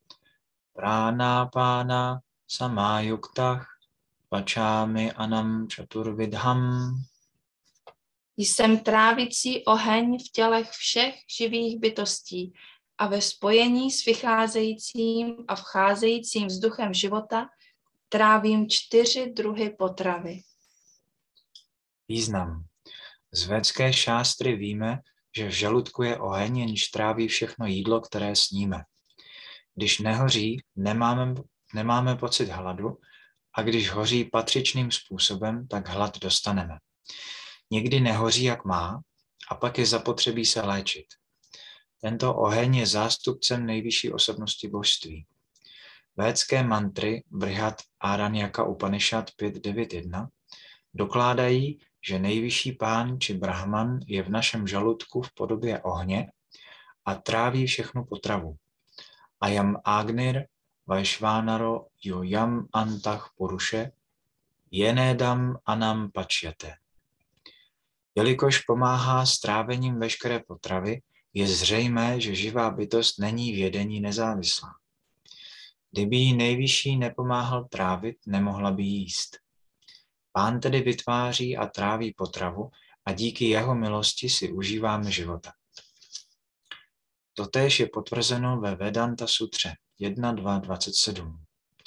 pránápána samájuktah vačámi anam čaturvidham. Jsem trávicí oheň v tělech všech živých bytostí a ve spojení s vycházejícím a vcházejícím vzduchem života trávím čtyři druhy potravy. Význam. Z védské šástry víme, že v žaludku je oheň, jenž tráví všechno jídlo, které sníme. Když nehoří, nemáme, nemáme pocit hladu a když hoří patřičným způsobem, tak hlad dostaneme. Někdy nehoří, jak má, a pak je zapotřebí se léčit. Tento oheň je zástupcem nejvyšší osobnosti božství. Védské mantry Brihat Aranyaka Upanishad pět devět jedna dokládají, že nejvyšší pán či brahman je v našem žaludku v podobě ohně a tráví všechnu potravu. Ayam Agnir Vaishvánaro Yojam Antah Puruše Jenedam Anam Pačyate. Jelikož pomáhá s trávením veškeré potravy, je zřejmé, že živá bytost není v jedení nezávislá. Kdyby jí nejvyšší nepomáhal trávit, nemohla by jíst. Pán tedy vytváří a tráví potravu a díky jeho milosti si užíváme života. Totéž je potvrzeno ve Vedanta sutře jedna dva dvacet sedm.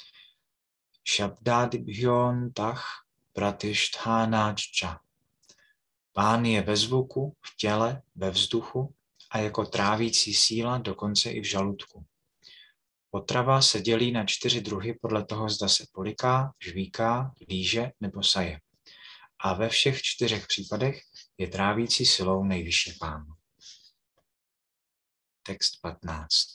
Shabdadibhyon tach pratishthánáčča. Pán je ve zvuku, v těle, ve vzduchu a jako trávící síla dokonce i v žaludku. Potrava se dělí na čtyři druhy podle toho, zda se poliká, žvíká, líže nebo saje. A ve všech čtyřech případech je trávící silou nejvyšší pán. Text patnáct.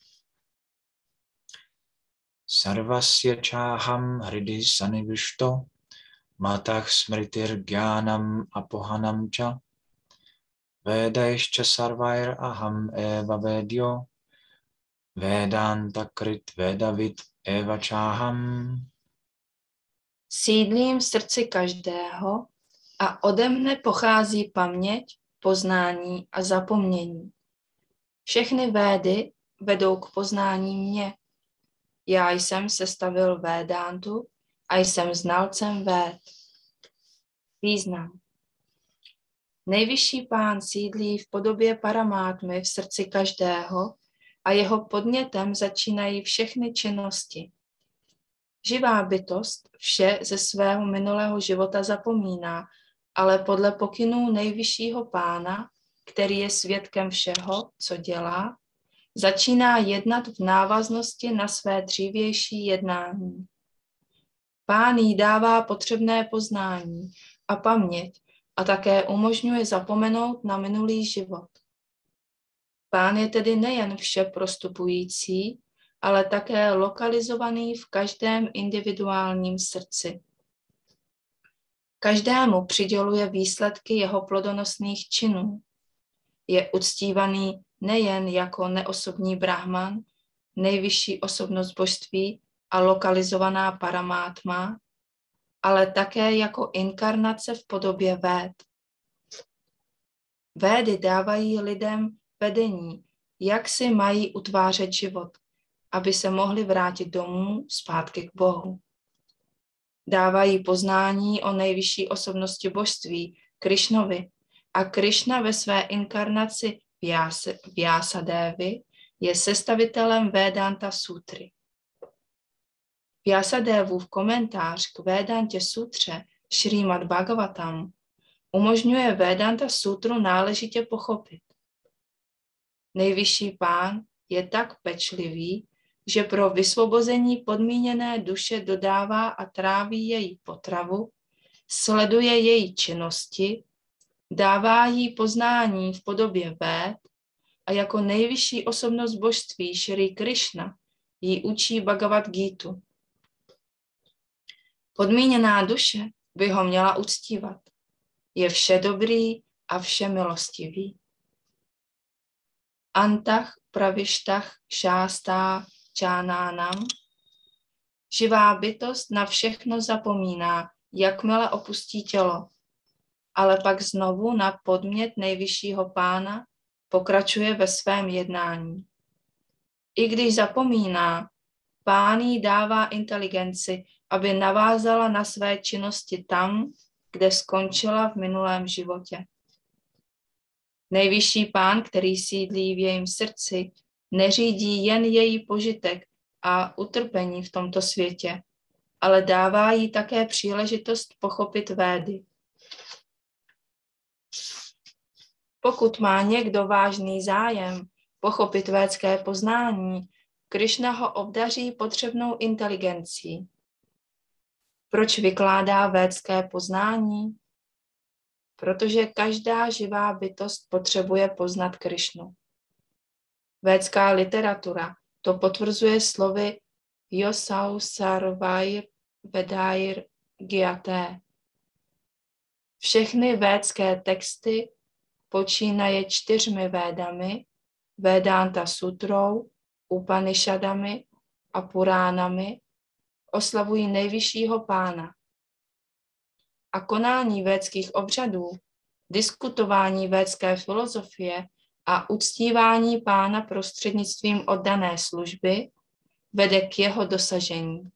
Sarvasya čáham hridi sanivišto matah smritir gyánam apohanam ča Vedaischa sarvair aham eva vedyo, Vedanta krit vedavid eva čáham. Sídlím v srdci každého a ode mne pochází paměť, poznání a zapomnění. Všechny védy vedou k poznání mě. Já jsem sestavil Védantu a jsem znalcem véd. Význam. Nejvyšší pán sídlí v podobě paramátmy v srdci každého a jeho podnětem začínají všechny činnosti. Živá bytost vše ze svého minulého života zapomíná, ale podle pokynů nejvyššího pána, který je svědkem všeho, co dělá, začíná jednat v návaznosti na své dřívější jednání. Pán jí dává potřebné poznání a paměť a také umožňuje zapomenout na minulý život. Pán je tedy nejen vše prostupující, ale také lokalizovaný v každém individuálním srdci. Každému přiděluje výsledky jeho plodonosných činů. Je uctívaný nejen jako neosobní brahman, nejvyšší osobnost božství a lokalizovaná paramátma, ale také jako inkarnace v podobě véd. Védy dávají lidem vedení, jak si mají utvářet život, aby se mohli vrátit domů zpátky k Bohu. Dávají poznání o nejvyšší osobnosti božství, Krišnovi, a Krišna ve své inkarnaci Vyasadevy je sestavitelem Vedanta Sutry. Vyasadevův komentář k Vedantě Sutře Šrímad Bhagavatam umožňuje Vedanta Sutru náležitě pochopit. Nejvyšší pán je tak pečlivý, že pro vysvobození podmíněné duše dodává a tráví její potravu, sleduje její činnosti, dává jí poznání v podobě véd a jako nejvyšší osobnost božství Šrí Krišna jí učí Bhagavad Gítu. Podmíněná duše by ho měla uctívat. Je vše dobrý a vše milostivý. Antach pravištach šástá čánánam. Živá bytost na všechno zapomíná, jakmile opustí tělo, ale pak znovu na podmět nejvyššího pána pokračuje ve svém jednání. I když zapomíná, pán jí dává inteligenci, aby navázala na své činnosti tam, kde skončila v minulém životě. Nejvyšší pán, který sídlí v jejím srdci, neřídí jen její požitek a utrpení v tomto světě, ale dává jí také příležitost pochopit védy. Pokud má někdo vážný zájem pochopit védské poznání, Krišna ho obdaří potřebnou inteligencí. Proč vykládá védské poznání? Protože každá živá bytost potřebuje poznat Krišnu. Védská literatura to potvrzuje slovy Yosau Sarvair Vedair Gyate. Všechny védské texty počínaje čtyřmi védami, Vedanta sutrou, Upanishadami a Puránami, oslavují nejvyššího pána. A konání védských obřadů, diskutování védské filozofie a uctívání pána prostřednictvím oddané služby vede k jeho dosažení.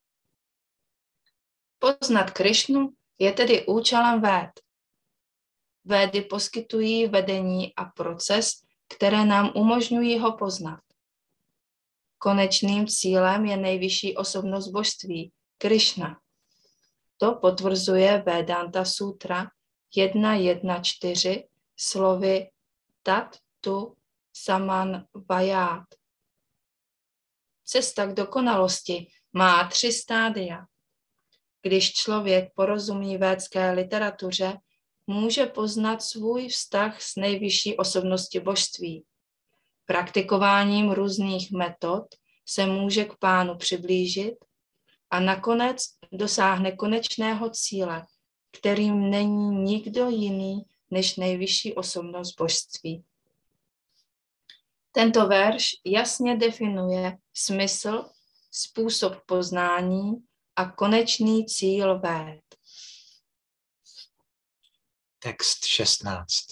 Poznat Krišnu je tedy účelem véd. Védy poskytují vedení a proces, které nám umožňují ho poznat. Konečným cílem je nejvyšší osobnost božství, Krišna. To potvrzuje Vedanta Sutra jedna jedna čtyři slovy Tat tu saman vaját. Cesta k dokonalosti má tři stádia. Když člověk porozumí védské literatuře, může poznat svůj vztah s nejvyšší osobností božství. Praktikováním různých metod se může k pánu přiblížit a nakonec dosáhne konečného cíle, kterým není nikdo jiný než nejvyšší osobnost božství. Tento verš jasně definuje smysl, způsob poznání a konečný cíl véd. Text šestnáct.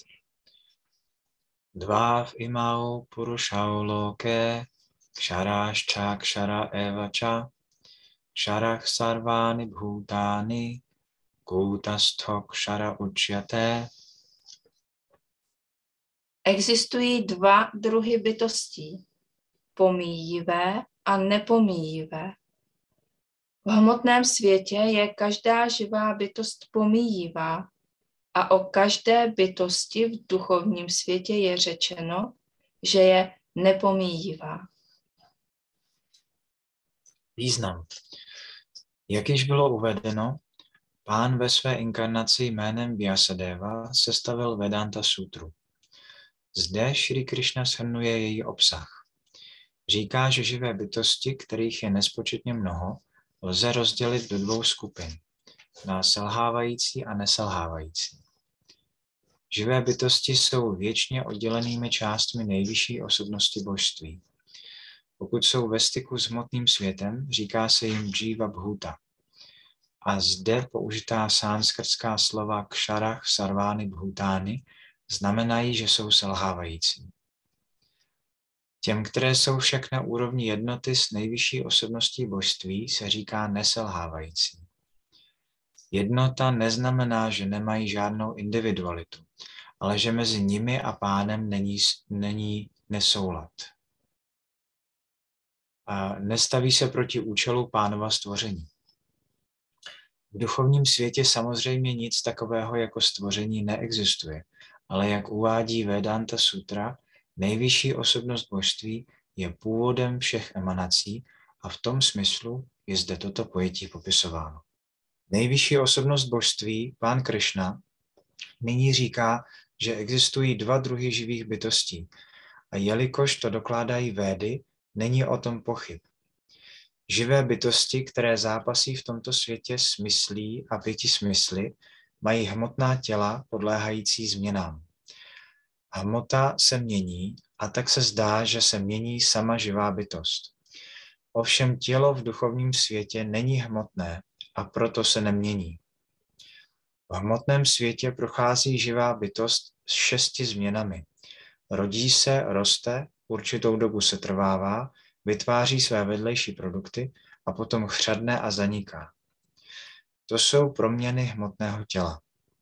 Dváv imau purušau loke, kšarášča kšara evača, kšarach sarvány bhutány, koutastho kšara učyaté. Existují dva druhy bytostí, pomíjivé a nepomíjivé. V hmotném světě je každá živá bytost pomíjivá a o každé bytosti v duchovním světě je řečeno, že je nepomíjivá. Význam. Jak již bylo uvedeno, Pán ve své inkarnaci jménem Vyasadeva sestavil Vedanta sutru. Zde Šri Krišna shrnuje její obsah. Říká, že živé bytosti, kterých je nespočetně mnoho, lze rozdělit do dvou skupin, na selhávající a neselhávající. Živé bytosti jsou věčně oddělenými částmi nejvyšší osobnosti božství. Pokud jsou ve styku s hmotným světem, říká se jim Jiva Bhuta. A zde použitá sanskrtská slova kšarach sarvány bhutány znamenají, že jsou selhávající. Těm, které jsou však na úrovni jednoty s nejvyšší osobností božství, se říká neselhávající. Jednota neznamená, že nemají žádnou individualitu, ale že mezi nimi a Pánem není, není nesoulad. A nestaví se proti účelu Pánova stvoření. V duchovním světě samozřejmě nic takového jako stvoření neexistuje, ale jak uvádí Vedanta Sutra, nejvyšší osobnost božství je původem všech emanací a v tom smyslu je zde toto pojetí popisováno. Nejvyšší osobnost božství, Pán Krišna, nyní říká, že existují dva druhy živých bytostí a jelikož to dokládají Védy, není o tom pochyb. Živé bytosti, které zápasí v tomto světě s myslí a pěti smysly, mají hmotná těla podléhající změnám. Hmota se mění a tak se zdá, že se mění sama živá bytost. Ovšem tělo v duchovním světě není hmotné a proto se nemění. V hmotném světě prochází živá bytost s šesti změnami. Rodí se, roste, určitou dobu se trvává, vytváří své vedlejší produkty a potom chřadne a zaniká. To jsou proměny hmotného těla.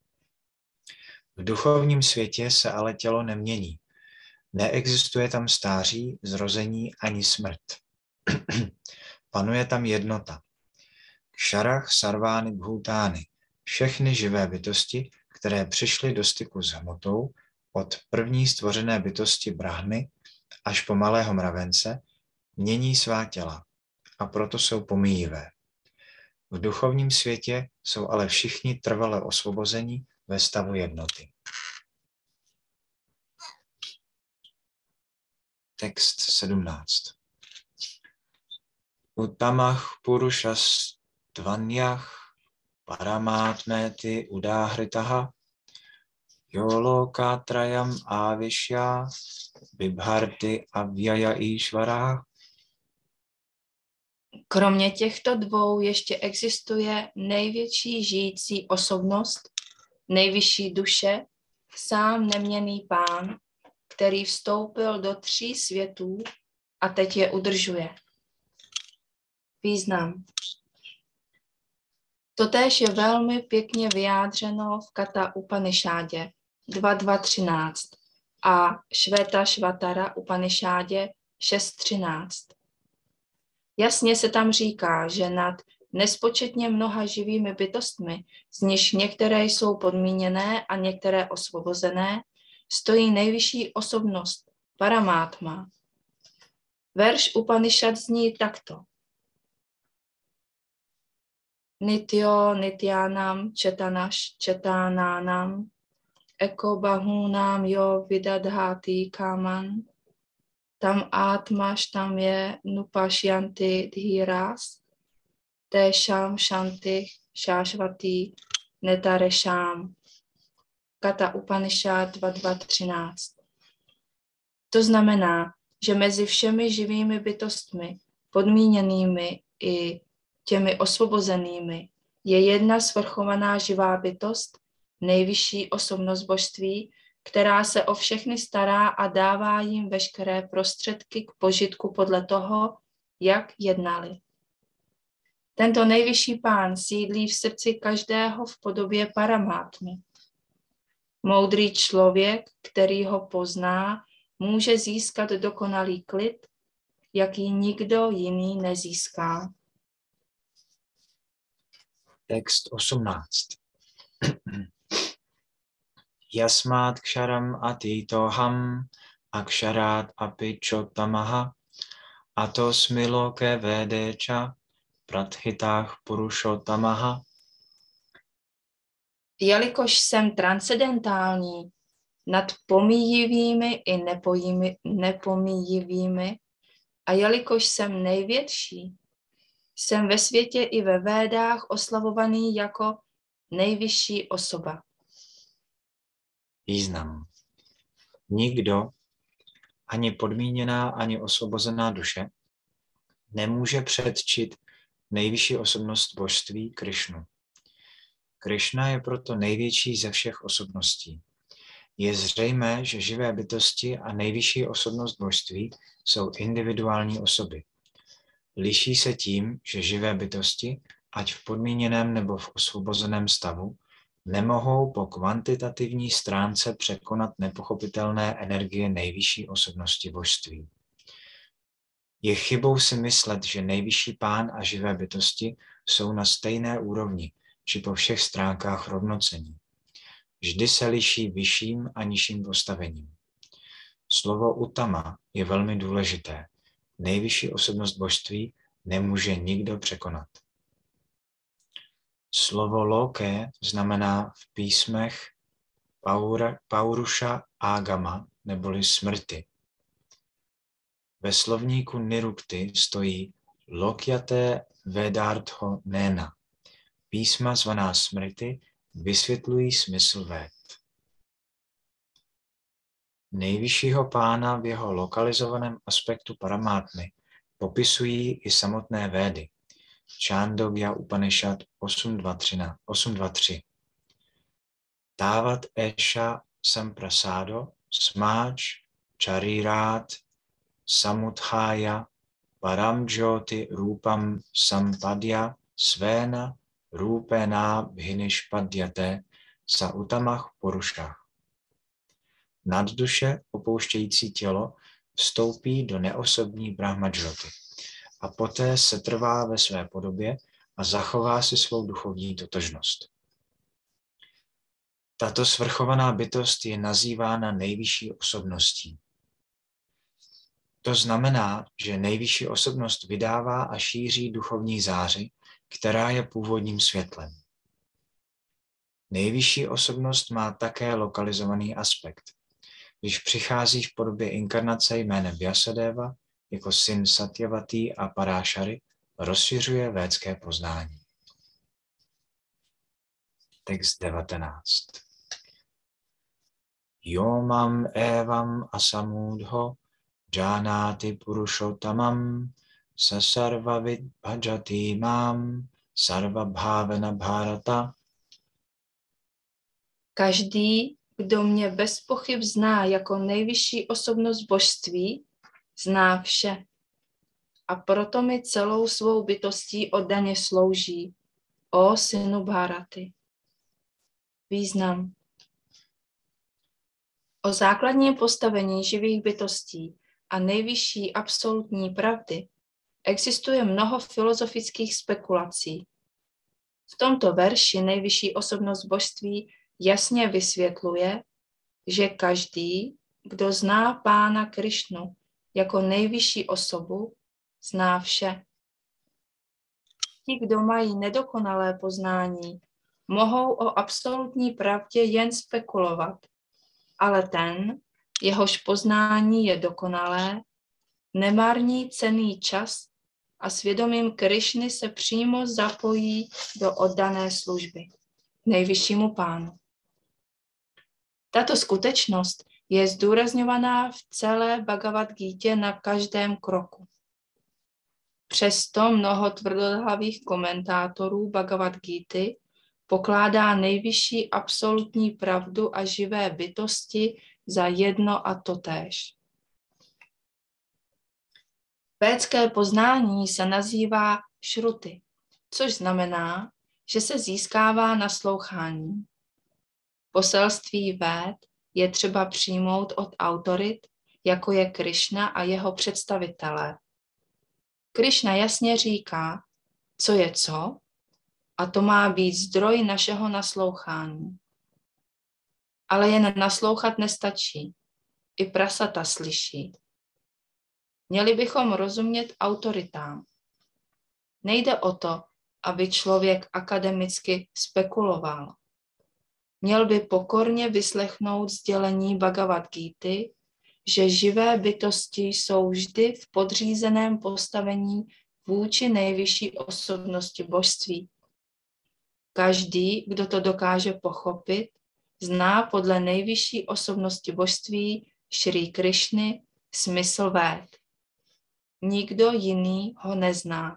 V duchovním světě se ale tělo nemění. Neexistuje tam stáří, zrození ani smrt. Panuje tam jednota. Kšarach sarvány bhutány, všechny živé bytosti, které přišly do styku s hmotou, od první stvořené bytosti Brahmy až po malého mravence, mění svá těla a proto jsou pomíjivé. V duchovním světě jsou ale všichni trvale osvobození ve stavu jednoty. Text sedmnáct. Uttamah purušas tvanyah paramátméty udáhritaha yolokátrayam avishya bibharti avyaya ishvara. Kromě těchto dvou ještě existuje největší žijící osobnost, nejvyšší duše, sám neměnný Pán, který vstoupil do tří světů a teď je udržuje. Význam. Totéž je velmi pěkně vyjádřeno v Kata Upanishádě dva dva třináct a Švéta-švatara Upanishádě šest třináct. Jasně se tam říká, že nad nespočetně mnoha živými bytostmi, z nichž některé jsou podmíněné a některé osvobozené, stojí nejvyšší osobnost, Paramátma. Verš Upanishad zní takto. Nityo nityanam chetanash chetananam eko bahunam yo vidadhati kaman tam atmaš tam je nupashyanti dhiras tesham shantih shashvati netaresham. Kata Upanishad dva dva třináct. To znamená, že mezi všemi živými bytostmi, podmíněnými i těmi osvobozenými, je jedna svrchovaná živá bytost, nejvyšší osobnost božství, která se o všechny stará a dává jim veškeré prostředky k požitku podle toho, jak jednali. Tento nejvyšší pán sídlí v srdci každého v podobě paramátmy. Moudrý člověk, který ho pozná, může získat dokonalý klid, jaký nikdo jiný nezíská. Text osmnáct. Jasmát kšaram atitoham akšarát apičotamaha ato smiloke vedeča prathiták purušotamaha. Jelikož jsem transcendentální nad pomíjivými i nepojimi, nepomíjivými a jelikož jsem největší, jsem ve světě i ve védách oslavovaný jako nejvyšší osoba. Význam. Nikdo, ani podmíněná, ani osvobozená duše, nemůže předčit nejvyšší osobnost božství Krišnu. Krišna je proto největší ze všech osobností. Je zřejmé, že živé bytosti a nejvyšší osobnost božství jsou individuální osoby. Liší se tím, že živé bytosti, ať v podmíněném nebo v osvobozeném stavu, nemohou po kvantitativní stránce překonat nepochopitelné energie nejvyšší osobnosti božství. Je chybou si myslet, že nejvyšší pán a živé bytosti jsou na stejné úrovni, či po všech stránkách rovnocení. Vždy se liší vyšším a nižším postavením. Slovo utama je velmi důležité. Nejvyšší osobnost božství nemůže nikdo překonat. Slovo loké znamená v písmech paura, pauruša agama neboli smrti. Ve slovníku nirukty stojí lokyaté vedártho néna. Písma zvaná smrti vysvětlují smysl véd. Nejvyššího pána v jeho lokalizovaném aspektu paramátmy popisují i samotné védy. Čándogya Upanishad osm dva tři. Távat esha samprasado smáč charirát samudhája paramjoti rupam sampadya svéna rúpená bhinishpadyate sa utamach porušách. Nadduše opouštějící tělo vstoupí do neosobní brahmadžoty a poté se trvá ve své podobě a zachová si svou duchovní totožnost. Tato svrchovaná bytost je nazývána nejvyšší osobností. To znamená, že nejvyšší osobnost vydává a šíří duchovní záři, která je původním světlem. Nejvyšší osobnost má také lokalizovaný aspekt. Když přichází v podobě inkarnace jménem Vyasadeva, jako syn Satyavati a Parášary, rozšiřuje védské poznání. Text devatenáct. Yomam evam asamudho jánáti purušotamam sasarva vidbhajati mám sarva bhavena bharata. Každý, kdo mě bez pochyb zná jako nejvyšší osobnost božství, zná vše. A proto mi celou svou bytostí oddaně slouží, ó synu Bharaty. Význam. O základním postavení živých bytostí a nejvyšší absolutní pravdy existuje mnoho filozofických spekulací. V tomto verši nejvyšší osobnost božství jasně vysvětluje, že každý, kdo zná pána Krišnu jako nejvyšší osobu, zná vše. Ti, kdo mají nedokonalé poznání, mohou o absolutní pravdě jen spekulovat, ale ten, jehož poznání je dokonalé, nemarní cenný čas a svědomím Krišny se přímo zapojí do oddané služby nejvyššímu pánu. Tato skutečnost je zdůrazňovaná v celé Bhagavad Gítě na každém kroku. Přesto mnoho tvrdohlavých komentátorů Bhagavad Gíty pokládá nejvyšší absolutní pravdu a živé bytosti za jedno a totéž. Védské poznání se nazývá šruty, což znamená, že se získává naslouchání. Poselství Véd je třeba přijmout od autorit, jako je Krišna a jeho představitelé. Krišna jasně říká, co je co, a to má být zdroj našeho naslouchání. Ale jen naslouchat nestačí. I prasata slyší. Měli bychom rozumět autoritám. Nejde o to, aby člověk akademicky spekuloval. Měl by pokorně vyslechnout sdělení Bhagavad Gíty, že živé bytosti jsou vždy v podřízeném postavení vůči nejvyšší osobnosti božství. Každý, kdo to dokáže pochopit, zná podle nejvyšší osobnosti božství Šrí Krišny smysl Véd. Nikdo jiný ho nezná.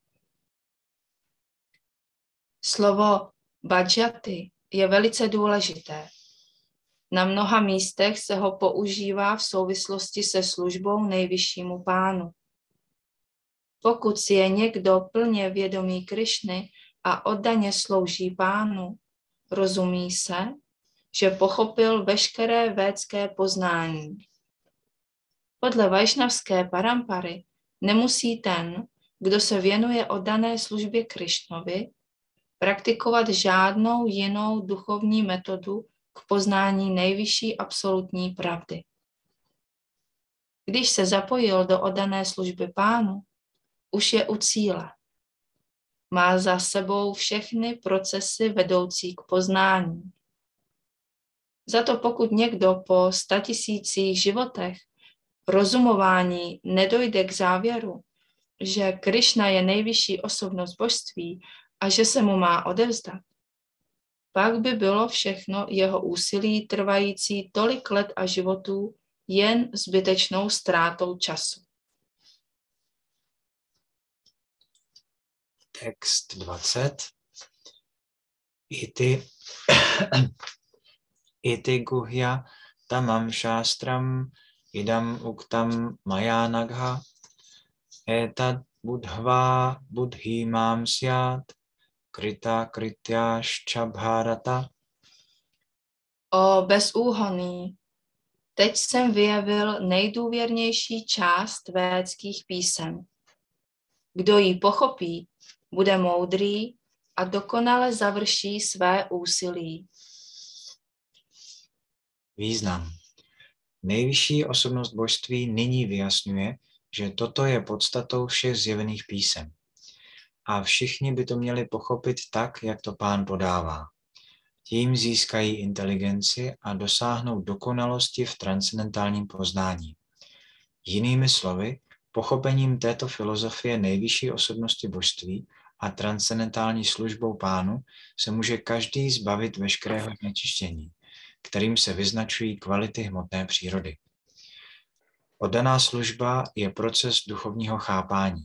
Slovo bhajati je velice důležité. Na mnoha místech se ho používá v souvislosti se službou nejvyššímu pánu. Pokud si je někdo plně vědomý Krišny a oddaně slouží pánu, rozumí se, že pochopil veškeré védské poznání. Podle vajšnavské parampary nemusí ten, kdo se věnuje oddané službě Krišnovi, praktikovat žádnou jinou duchovní metodu k poznání nejvyšší absolutní pravdy. Když se zapojil do oddané služby pánu, už je u cíle. Má za sebou všechny procesy vedoucí k poznání. Za to pokud někdo po statisících životech rozumování nedojde k závěru, že Krišna je nejvyšší osobnost božství a že se mu má odevzdat, pak by bylo všechno jeho úsilí trvající tolik let a životů jen zbytečnou ztrátou času. Text dvacet. Iti, iti guhya tamam šástram idam uktam mayanagha etad budhva budhi mám syat krita krityášča bharata. O bezúhonný, teď jsem vyjevil nejdůvěrnější část védských písem. Kdo ji pochopí, bude moudrý a dokonale završí své úsilí. Význam. Nejvyšší osobnost božství nyní vyjasňuje, že toto je podstatou všech zjevených písem. A všichni by to měli pochopit tak, jak to pán podává. Tím získají inteligenci a dosáhnou dokonalosti v transcendentálním poznání. Jinými slovy, pochopením této filozofie nejvyšší osobnosti božství a transcendentální službou pánu se může každý zbavit veškerého znečištění, kterým se vyznačují kvality hmotné přírody. Oddaná služba je proces duchovního chápání.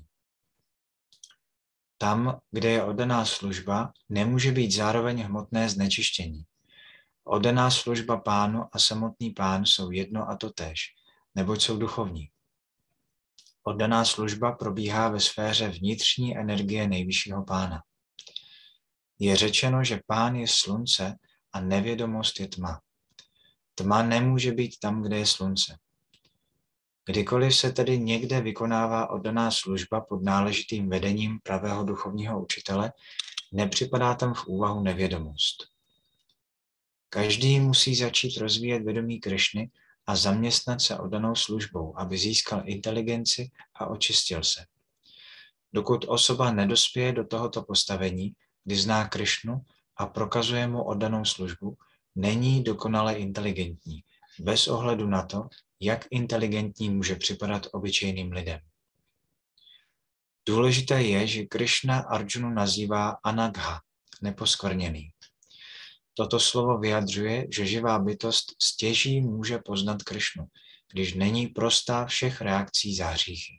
Tam, kde je oddaná služba, nemůže být zároveň hmotné znečištění. Oddaná služba pánu a samotný pán jsou jedno a totéž, neboť jsou duchovní. Oddaná služba probíhá ve sféře vnitřní energie nejvyššího pána. Je řečeno, že pán je slunce a nevědomost je tma. Tma nemůže být tam, kde je slunce. Kdykoliv se tedy někde vykonává oddaná služba pod náležitým vedením pravého duchovního učitele, nepřipadá tam v úvahu nevědomost. Každý musí začít rozvíjet vědomí Krišny a zaměstnat se oddanou službou, aby získal inteligenci a očistil se. Dokud osoba nedospěje do tohoto postavení, kdy zná Krišnu a prokazuje mu oddanou službu, není dokonale inteligentní, bez ohledu na to, jak inteligentní může připadat obyčejným lidem. Důležité je, že Krišna Arjunu nazývá anagha, neposkvrněný. Toto slovo vyjadřuje, že živá bytost stěží může poznat Krišnu, když není prostá všech reakcí za hříchy.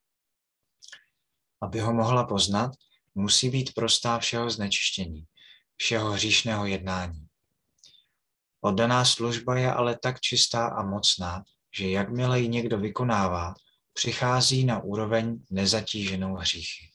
Aby ho mohla poznat, musí být prostá všeho znečištění, všeho hříšného jednání. Oddaná služba je ale tak čistá a mocná, že jakmile ji někdo vykonává, přichází na úroveň nezatíženou hříchy.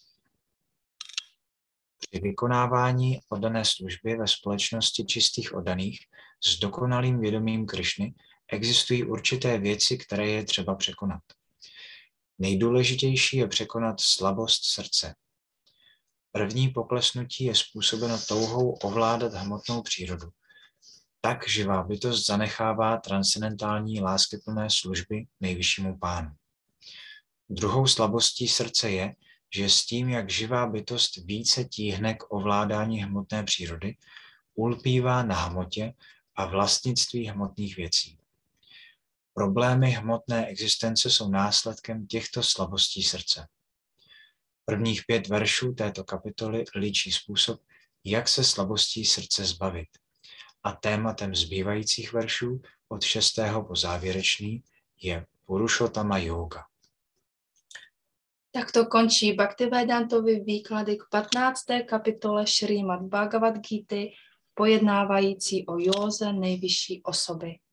Při vykonávání oddané služby ve společnosti čistých oddaných s dokonalým vědomím Krišny existují určité věci, které je třeba překonat. Nejdůležitější je překonat slabost srdce. První poklesnutí je způsobeno touhou ovládat hmotnou přírodu. Tak živá bytost zanechává transcendentální láskyplné služby nejvyššímu pánu. Druhou slabostí srdce je, že s tím, jak živá bytost více tíhne k ovládání hmotné přírody, ulpívá na hmotě a vlastnictví hmotných věcí. Problémy hmotné existence jsou následkem těchto slabostí srdce. Prvních pět veršů této kapitoly líčí způsob, jak se slabostí srdce zbavit. A tématem zbývajících veršů od šestého po závěrečný je Purušottama yoga. Takto končí Bhaktivedantovy výklady k patnácté kapitole Šrímad Bhagavad Gity, pojednávající o józe nejvyšší osoby.